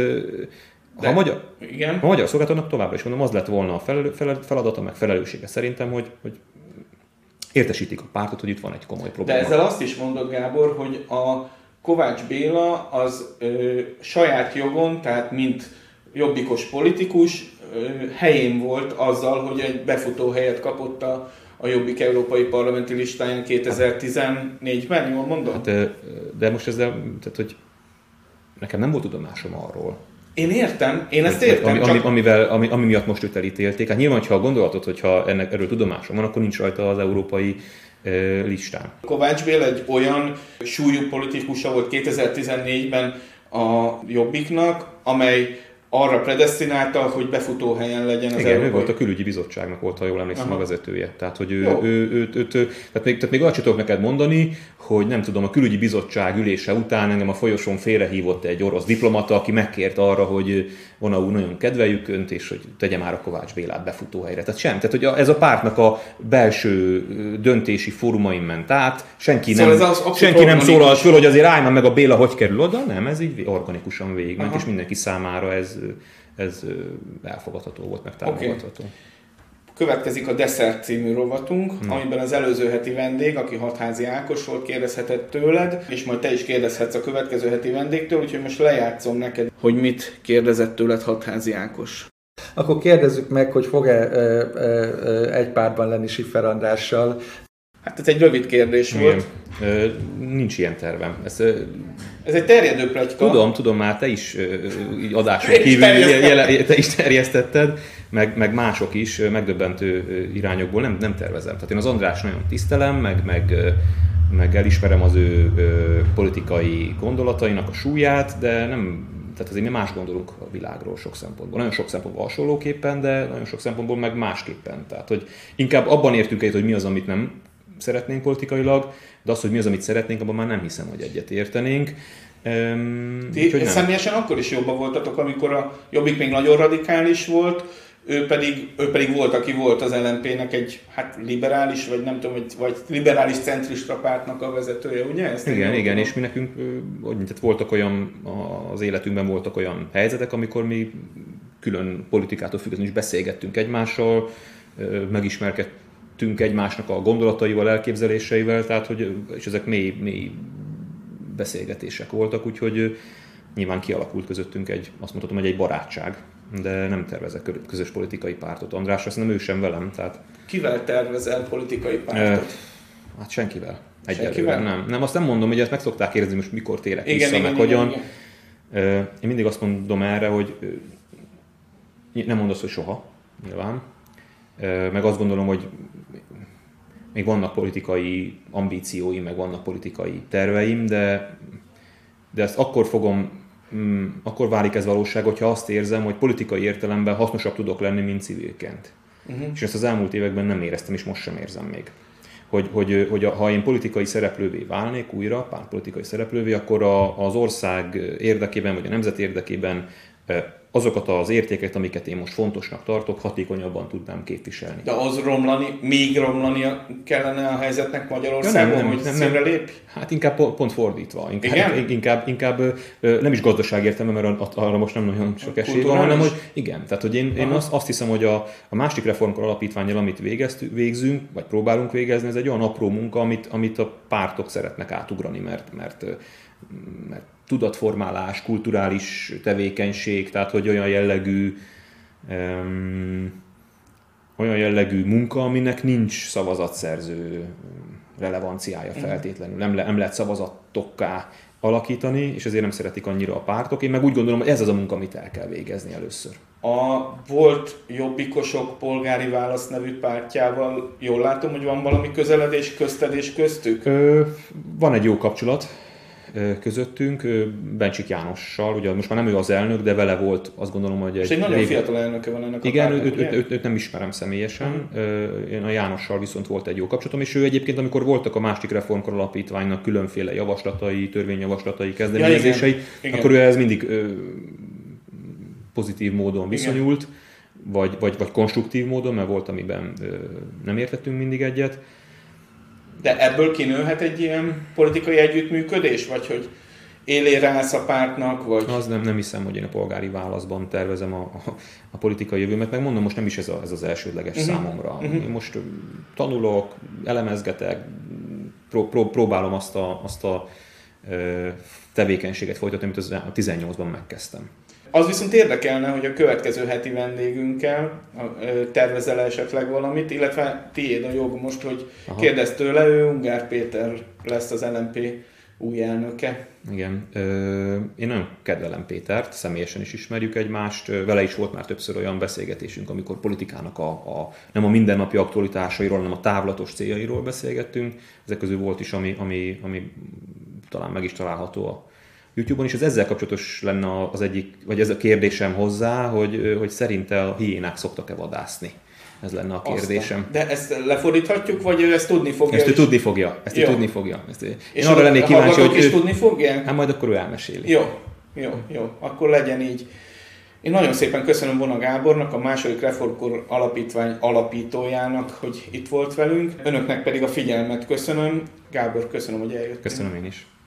ha a magyar, igen. a magyar szolgálatoknak továbbra is mondom, az lett volna a felel, felel, feladata, meg felelőssége szerintem, hogy, hogy értesítik a pártot, hogy itt van egy komoly probléma. De ezzel azt is mondod, Gábor, hogy a Kovács Béla az ö, saját jogon, tehát mint jobbikos politikus ö, helyén volt azzal, hogy egy befutó helyet kapott a, a Jobbik európai parlamenti listáján kétezer-tizennégyben, jól mondom? Hát, de most ezzel, tehát, hogy nekem nem volt tudomásom arról. Én értem, én ezt értem. Ami, csak... ami, amivel, ami, ami miatt most őt elítélték. Hát nyilván, ha a gondolatot, hogyha ennek erről tudomásom van, akkor nincs rajta az európai listán. Kovács Béla egy olyan súlyú politikusa volt kétezer-tizennégyben a Jobbiknak, amely arra predesztinálta, hogy befutó helyen legyen az Igen, európai... ő volt a külügyi bizottságnak, volt, ha jól emlékszem, Aha. a vezetője. Tehát, hogy ő, ő, ő, ő, ő, tehát, még, tehát még olyat tudok neked mondani, hogy nem tudom, a külügyi bizottság ülése után engem a folyosón félrehívott egy orosz diplomata, aki megkért arra, hogy Ona úr, nagyon kedveljük önt, és hogy tegye már a Kovács Bélát befutóhelyre. Tehát sem. Tehát, hogy ez a pártnak a belső döntési fórumain ment át, senki szóval nem, senki nem szólalt föl, hogy azért állj már meg a Béla, hogy kerül oda, nem, ez így organikusan végigment, és mindenki számára ez, ez elfogadható volt, meg támogatható. Okay. Következik a Desszert című rovatunk, hmm. amiben az előző heti vendég, aki Hatházi Ákos volt, kérdezhetett tőled, és majd te is kérdezhetsz a következő heti vendégtől, úgyhogy most lejátszom neked, hogy mit kérdezett tőled Hatházi Ákos. Akkor kérdezzük meg, hogy fog-e ö, ö, ö, egy párban lenni Schiffer Andrással. Hát ez egy rövid kérdés Igen. volt. Ö, nincs ilyen tervem. Ez, ez egy terjedő pletyka. Tudom, tudom, már te is így adáson kívül jele, te is terjesztetted, meg, meg mások is megdöbbentő irányokból nem, nem tervezem. Tehát én az András nagyon tisztelem, meg, meg, meg elismerem az ő politikai gondolatainak a súlyát, de nem, tehát azért mi más gondolunk a világról sok szempontból. Nagyon sok szempontból hasonlóképpen, de nagyon sok szempontból meg másképpen. Tehát, hogy inkább abban értünk egyet, hogy mi az, amit nem szeretnénk politikailag, de az, hogy mi az, amit szeretnénk, abban már nem hiszem, hogy egyet értenénk. Um, Ti személyesen akkor is jobban voltatok, amikor a Jobbik még nagyon radikális volt, ő pedig, ő pedig volt, aki volt az el em pé-nek egy hát liberális, vagy nem tudom, vagy liberális centrista pártnak a vezetője, ugye? Ezt igen, igen, és mi nekünk tehát voltak olyan, az életünkben voltak olyan helyzetek, amikor mi külön politikától függetlenül is beszélgettünk egymással, megismerkedtünk egymásnak a gondolataival, elképzeléseivel, tehát hogy, és ezek mély, mély beszélgetések voltak, úgyhogy nyilván kialakult közöttünk egy, azt mondhatom, hogy egy barátság, de nem tervezek közös politikai pártot. András, azt nem ő sem velem. Tehát... Kivel tervezel politikai pártot? E, hát senkivel. Egyelőre nem. Nem, azt nem mondom, hogy ezt meg szokták kérdezni, most mikor térek igen, vissza, igen, meg igen, hogyan. Igen. Én mindig azt mondom erre, hogy nem mondasz, hogy soha, nyilván. Meg azt gondolom, hogy még vannak politikai ambícióim, meg vannak politikai terveim, de, de ezt akkor fogom, mm, akkor válik ez valóság, hogyha azt érzem, hogy politikai értelemben hasznosabb tudok lenni, mint civilként. Uh-huh. És ezt az elmúlt években nem éreztem, és most sem érzem még. Hogy, hogy, hogy ha én politikai szereplővé válnék újra, pártpolitikai szereplővé, akkor a, az ország érdekében, vagy a nemzet érdekében azokat az értéket, amiket én most fontosnak tartok, hatékonyabban tudnám képviselni. De az romlani, még romlani kellene a helyzetnek Magyarországon, ja, nem, nem, hogy színre lép? Hát inkább pont fordítva. Inkább, inkább, inkább nem is gazdaság értelemben, mert arra most nem nagyon sok esély van, hanem hogy igen. Tehát, hogy én, én azt, azt hiszem, hogy a, a másik reformkor alapítvánnyal, amit végeztük, végzünk, vagy próbálunk végezni, ez egy olyan apró munka, amit, amit a pártok szeretnek átugrani, mert, mert, mert tudatformálás, kulturális tevékenység, tehát hogy olyan jellegű um, olyan jellegű munka, aminek nincs szavazatszerző relevanciája feltétlenül. Nem, le, nem lehet szavazatokká alakítani, és ezért nem szeretik annyira a pártok. Én meg úgy gondolom, hogy ez az a munka, amit el kell végezni először. A volt Jobbikosok polgári válasz nevű pártjával jól látom, hogy van valami közeledés, közted köztük? Ö, van egy jó kapcsolat közöttünk, Bencsik Jánossal, ugye most már nem ő az elnök, de vele volt, azt gondolom, hogy egy... És egy nagyon régi... fiatal elnöke van ennek a igen, pártnak, őt, őt, őt, őt nem ismerem személyesen, uh-huh. Én a Jánossal viszont volt egy jó kapcsolatom, és ő egyébként, amikor voltak a másik reformkor alapítványnak különféle javaslatai, törvényjavaslatai, kezdeményezései, ja, igen. Igen. Akkor ő ez mindig ö, pozitív módon viszonyult, vagy, vagy, vagy konstruktív módon, mert volt, amiben ö, nem értettünk mindig egyet. De ebből kinőhet egy ilyen politikai együttműködés? Vagy hogy élére állsz a pártnak? Vagy... Az nem, nem hiszem, hogy én a polgári válaszban tervezem a, a, a politikai jövőmet. Megmondom, most nem is ez, a, ez az elsődleges uh-huh. számomra. Uh-huh. Én most tanulok, elemezgetek, pró, pró, próbálom azt a, azt a tevékenységet folytatni, amit az a tizennyolcban megkezdtem. Az viszont érdekelne, hogy a következő heti vendégünkkel tervezel esetleg valamit, illetve tiéd a jog most, hogy Aha. kérdezz tőle, ő Ungár Péter lesz az el em pé új elnöke. Igen, én nagyon kedvelem Pétert, személyesen is ismerjük egymást, vele is volt már többször olyan beszélgetésünk, amikor politikának a, a nem a mindennapi aktualitásairól, hanem a távlatos céljairól beszélgettünk. Ezek közül volt is, ami, ami, ami talán meg is található a YouTube-on, és ez ezzel kapcsolatos lenne az egyik, vagy ez a kérdésem hozzá, hogy, hogy szerinte a hiénák szoktak-e vadászni? Ez lenne a kérdésem. Aztán. De ezt lefordíthatjuk, vagy ő ezt tudni fogja? Ezt ő is? tudni fogja. Ezt ő tudni fogja. Ezt ő... És arra lennék kíváncsi, hogy is ő... tudni fogják? Hát majd akkor ő elmeséli. Jó, jó, jó. Akkor legyen így. Én nagyon szépen köszönöm Vona Gábornak, a második Reformkor Alapítvány alapítójának, hogy itt volt velünk. Önöknek pedig a figyelmet köszönöm. Gábor, köszönöm, hogy eljöttél. Köszönöm én is.